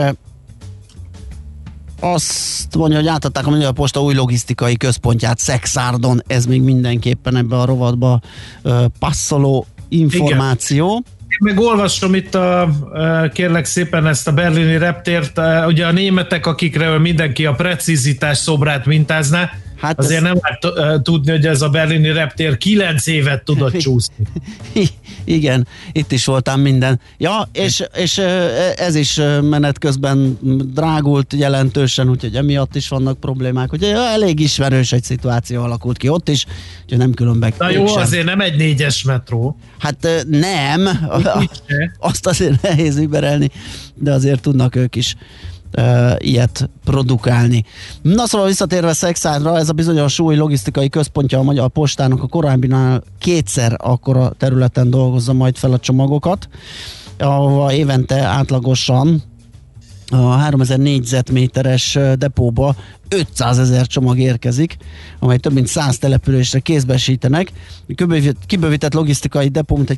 Azt mondja, hogy átadták a Magyar Posta új logisztikai központját Szekszárdon. Ez még mindenképpen ebbe a rovatba passzoló információ. Igen. Meg olvasom itt kérlek szépen ezt a berlini reptért, ugye a németek, akikre mindenki a precizitás szobrát mintázná, hát azért nem lehet tudni, hogy ez a berlini reptér 9 évet tudott csúszni. Igen, itt is voltam minden. Ja, és ez is menet közben drágult jelentősen, úgyhogy emiatt is vannak problémák. Ugye elég ismerős egy szituáció alakult ki ott is, úgyhogy nem különbek. Na jó, azért nem egy 4-es metró. Hát nem, azt azért nehéz überelni, de azért tudnak ők is ilyet produkálni. Na szóval visszatérve Szekszárdra, ez a bizonyos új logisztikai központja a Magyar Postának a korábbinál 2-szer akkora területen dolgozza majd fel a csomagokat, ahova évente átlagosan a 3000 négyzetméteres depóba 500 000 csomag érkezik, amely több mint 100 településre kézbesítenek. Kibővített logisztikai depó mint egy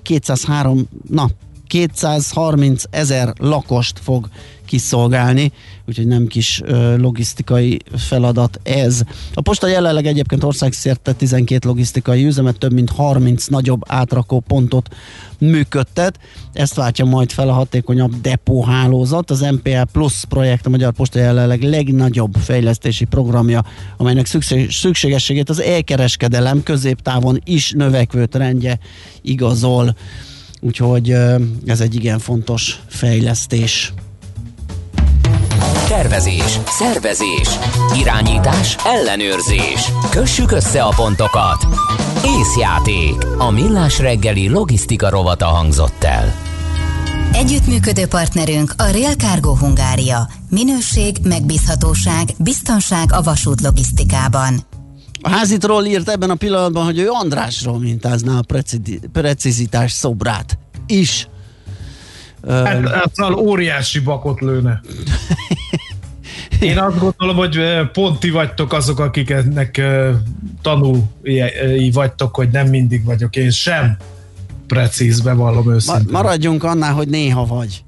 230 000 lakost fog kiszolgálni, úgyhogy nem kis logisztikai feladat ez. A posta jelenleg egyébként országszerte 12 logisztikai üzemet, több mint 30 nagyobb átrakó pontot működtet. Ezt váltja majd fel a hatékonyabb depóhálózat. Az MPL Plus projekt a Magyar Posta jelenleg legnagyobb fejlesztési programja, amelynek szükségességét az e-kereskedelem középtávon is növekvő trendje igazol. úgyhogy ez egy igen fontos fejlesztés. Tervezés, szervezés, irányítás, ellenőrzés. Kössük össze a pontokat. Észjáték. A Millás reggeli logisztika rovata hangzott el. Együttműködő partnerünk a Rail Cargo Hungária. Minőség, megbízhatóság, biztonság a vasút logisztikában. A házitról írt ebben a pillanatban, hogy ő Andrásról mintázná a precizitás szobrát is. Hát óriási bakot lőne. Én azt gondolom, hogy pont ti vagytok azok, akik ennek tanúi vagytok, hogy nem mindig vagyok. Én sem precíz, bevallom őszintén. Maradjunk annál, hogy néha vagy.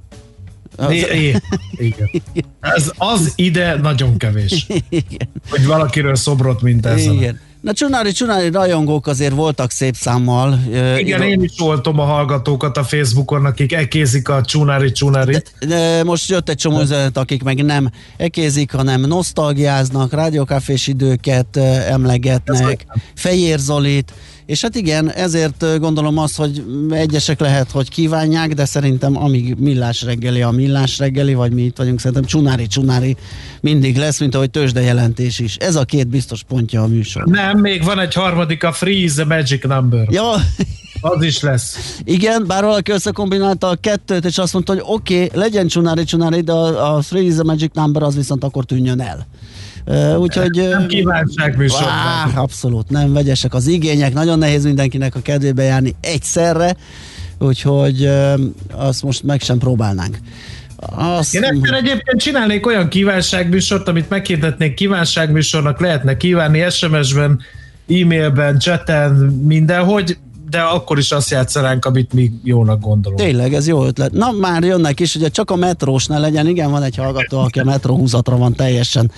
Igen. Az ide nagyon kevés. Igen. Hogy valakiről szobrot mintázzanak. Igen. Na csunári rajongók azért voltak szép számmal. Igen, én is voltam a hallgatókat a Facebookon, akik ekézik a csunári. De most jött egy csomó üzenet, akik meg nem ekézik, hanem nosztalgiáznak, rádiókafés időket emlegetnek, Fejér Zolit, és hát igen, ezért gondolom azt, hogy egyesek lehet, hogy kívánják, de szerintem amíg Millás reggeli a Millás reggeli, vagy mi itt vagyunk, szerintem csunári mindig lesz, mint ahogy tőzsdejelentés is. Ez a két biztos pontja a műsor. Nem, még van egy harmadik, a Free is a Magic Number. Ja. Az is lesz. Igen, bár valaki összekombinálta a kettőt, és azt mondta, hogy oké, legyen csunári, de a Free is a Magic Number az viszont akkor tűnjön el. Úgyhogy... Nem kívánságműsor. Abszolút, nem vegyesek az igények, nagyon nehéz mindenkinek a kedvébe járni egyszerre, úgyhogy azt most meg sem próbálnánk. Én egyszer egyébként csinálnék olyan kívánságműsort, amit meghirdetnék kívánságműsornak, lehetne kívánni SMS-ben, e-mailben, chaten, mindenhogy, de akkor is azt játszanánk, amit mi jónak gondolunk. Tényleg, ez jó ötlet. Na, már jönnek is, ugye csak a metrós ne legyen. Igen, van egy hallgató, aki a metró húzatra van teljesen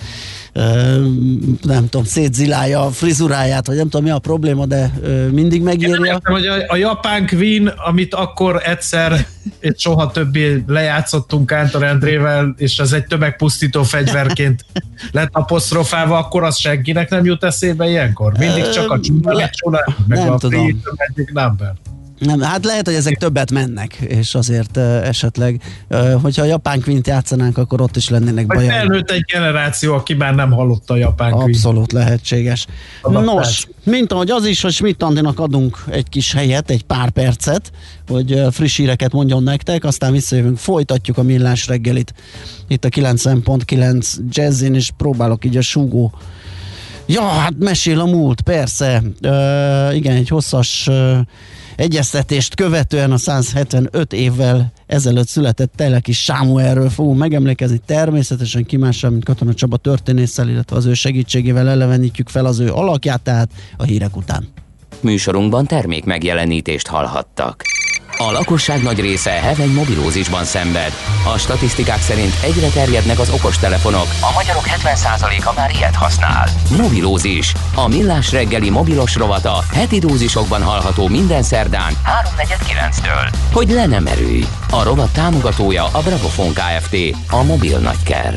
nem tudom, szétzilálja a frizuráját, vagy nem tudom, mi a probléma, de mindig megírja. Én értem, hogy a japán Queen, amit akkor egyszer és soha többé lejátszottunk Kántor Endrével, és az egy tömegpusztító fegyverként lett apostrofálva, akkor az senkinek nem jut eszébe ilyenkor? Mindig csak a csúna, meg nem a tudom. Magic Number. Nem, hát lehet, hogy ezek többet mennek, és azért esetleg, hogyha a japán Queen-t játszanánk, akkor ott is lennének bajai. Vagy felnőtt egy generáció, aki már nem hallotta a japán Queen. Abszolút lehetséges. Nos, mint ahogy az is, hogy Schmidt Andinak adunk egy kis helyet, egy pár percet, hogy friss híreket mondjon nektek, aztán visszajövünk, folytatjuk a Millás reggelit. Itt a 90.9 Jazzin, és próbálok így a súgó. Ja, hát mesél a múlt, persze. Igen, egy hosszas egyeztetést követően a 175 évvel ezelőtt született Teleki Sámuelről fogunk megemlékezni, természetesen ki mással, mint Katona Csaba történésszel, illetve az ő segítségével elevenítjük fel az ő alakját, tehát a hírek után. Műsorunkban termék megjelenítést hallhattak. A lakosság nagy része heveny mobilózisban szenved. A statisztikák szerint egyre terjednek az okostelefonok, a magyarok 70%-a már ilyet használ. Mobilózis, a Millás reggeli mobilos rovata heti dózisokban hallható minden szerdán 3:49-től. Hogy le nem erőj. A rovat támogatója a Bravofon Kft. A mobil nagyker.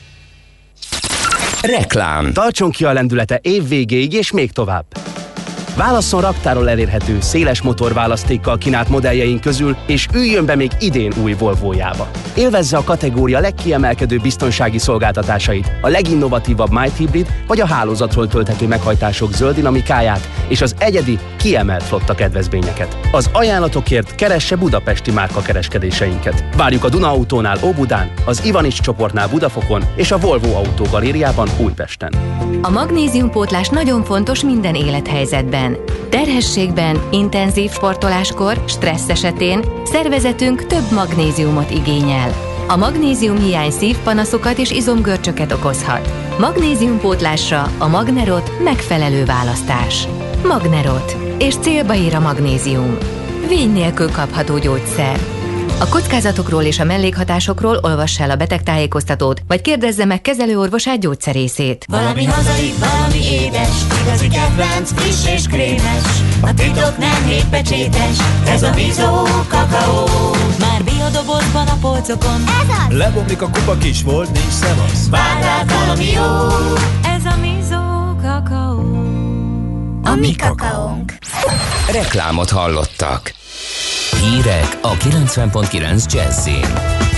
Reklám. Tartson ki a lendülete év végéig és még tovább. Válasszon raktáról elérhető, széles motorválasztékkal kínált modelljeink közül, és üljön be még idén új Volvojába. Élvezze a kategória legkiemelkedőbb biztonsági szolgáltatásait, a leginnovatívabb Might Hybrid vagy a hálózatról tölthető meghajtások zöld dinamikáját és az egyedi, kiemelt flotta kedvezményeket. Az ajánlatokért keresse budapesti márkakereskedéseinket. Várjuk a Duna Autónál Óbudán, az Ivanics csoportnál Budafokon és a Volvo Autó Galériában Újpesten. A magnéziumpótlás nagyon fontos minden élethelyzetben. Terhességben, intenzív sportoláskor, stressz esetén szervezetünk több magnéziumot igényel. A magnézium hiány szívpanaszokat és izomgörcsöket okozhat. Magnéziumpótlásra a Magnerot megfelelő választás. Magnerot. És célba ér a magnézium. Vény nélkül kapható gyógyszer. A kockázatokról és a mellékhatásokról olvassa el a betegtájékoztatót, vagy kérdezze meg kezelőorvosát, gyógyszerészét. Valami hazai, valami édes, igazi kedvenc, friss és krémes. A titok nem hétpecsétes, ez a Mizó kakaó. Már biodobozban a polcokon, ez az! Lebomlik a kupa, kis volt, nincs szevasz. Vár rád valami jó, ez a Mizó kakaó. a mi kakaónk. Reklámot hallottak. Hírek a 90.9 Jazzin.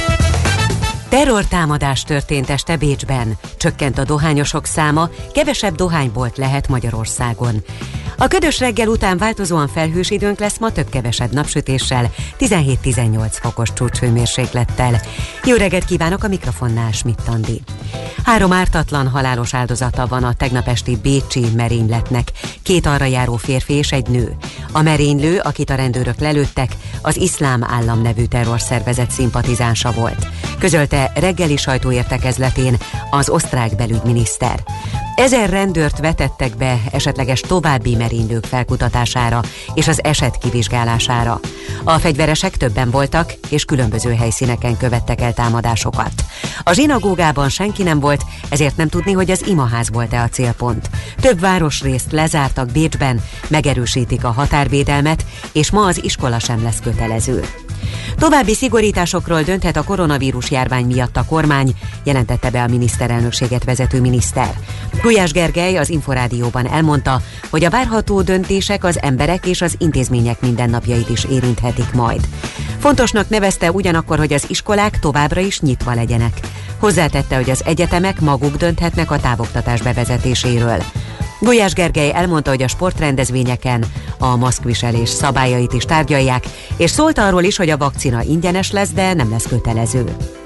Terrortámadás történt este Bécsben. Csökkent a dohányosok száma, kevesebb dohánybolt lehet Magyarországon. A ködös reggel után változóan felhős időnk lesz, ma több-kevesebb napsütéssel, 17-18 fokos csúcshőmérséklettel. Jó reggelt kívánok, a mikrofonnál Schmidt Andi. 3 ártatlan halálos áldozata van a tegnap esti bécsi merényletnek. 2 arra járó férfi és egy nő. A merénylő, akit a rendőrök lelőttek, az Iszlám Állam nevű terrorszervezet szimpatizánsa volt. Közölte reggeli sajtóértekezletén az osztrák belügyminiszter. 1000 rendőrt vetettek be esetleges további merénylők felkutatására és az eset kivizsgálására. A fegyveresek többen voltak, és különböző helyszíneken követtek el támadásokat. A zsinagógában senki nem volt, ezért nem tudni, hogy az imaház volt-e a célpont. Több városrészt lezártak Bécsben, megerősítik a határvédelmet, és ma az iskola sem lesz kötelező. További szigorításokról dönthet a koronavírus járvány miatt a kormány, jelentette be a miniszterelnökséget vezető miniszter. Gulyás Gergely az Inforádióban elmondta, hogy a várható döntések az emberek és az intézmények mindennapjait is érinthetik majd. Fontosnak nevezte ugyanakkor, hogy az iskolák továbbra is nyitva legyenek. Hozzátette, hogy az egyetemek maguk dönthetnek a távoktatás bevezetéséről. Gulyás Gergely elmondta, hogy a sportrendezvényeken a maszkviselés szabályait is tárgyalják, és szólt arról is, hogy a vakcina ingyenes lesz, de nem lesz kötelező.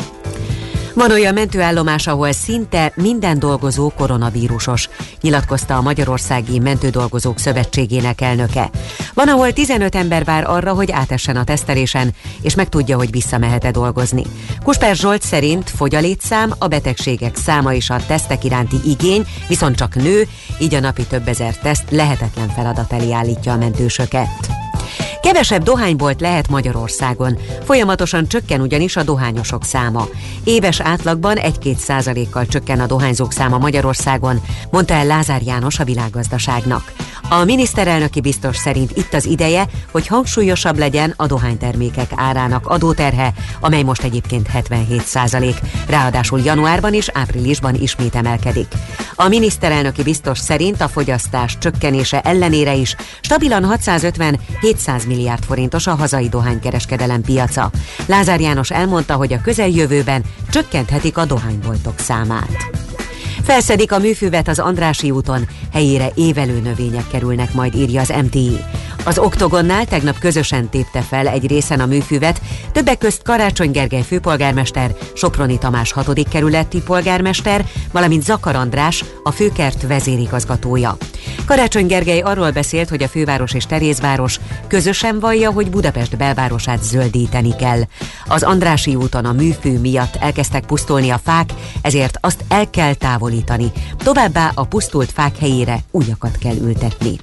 Van olyan mentőállomás, ahol szinte minden dolgozó koronavírusos, nyilatkozta a Magyarországi Mentődolgozók Szövetségének elnöke. Van, ahol 15 ember vár arra, hogy átessen a tesztelésen, és megtudja, hogy visszamehet-e dolgozni. Kusper Zsolt szerint fogy a létszám, a betegségek száma és a tesztek iránti igény viszont csak nő, így a napi több ezer teszt lehetetlen feladat elé állítja a mentősöket. Kevesebb dohánybolt lehet Magyarországon. Folyamatosan csökken ugyanis a dohányosok száma. Éves átlagban 1-2%-kal csökken a dohányzók száma Magyarországon, mondta el Lázár János a Világgazdaságnak. A miniszterelnöki biztos szerint itt az ideje, hogy hangsúlyosabb legyen a dohánytermékek árának adóterhe, amely most egyébként 77%, ráadásul januárban és áprilisban ismét emelkedik. A miniszterelnöki biztos szerint a fogyasztás csökkenése ellenére is stabilan 650-700 milliárd forintos a hazai dohánykereskedelem piaca. Lázár János elmondta, hogy a közeljövőben csökkenthetik a dohányboltok számát. Felszedik a műfüvet az Andrássy úton, helyére évelő növények kerülnek majd, írja az MTI. Az Oktogonnál tegnap közösen tépte fel egy részen a műfüvet, többek közt Karácsony Gergely főpolgármester, Soproni Tamás 6. kerületi polgármester, valamint Zakar András, a főkert vezérigazgatója. Karácsony Gergely arról beszélt, hogy a főváros és Terézváros közösen vallja, hogy Budapest belvárosát zöldíteni kell. Az Andrássy úton a műfű miatt elkezdtek pusztulni a fák, ezért azt el kell távolítani. Továbbá a pusztult fák helyére újakat kell ültetni.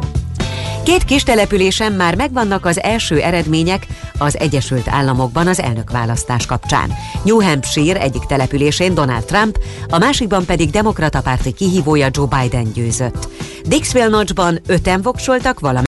2 kis településen már megvannak az első eredmények az Egyesült Államokban az elnökválasztás kapcsán. New Hampshire egyik településén Donald Trump, a másikban pedig demokrata párti kihívója Joe Biden győzött. Dixville Notchban 5-en voksoltak, valamint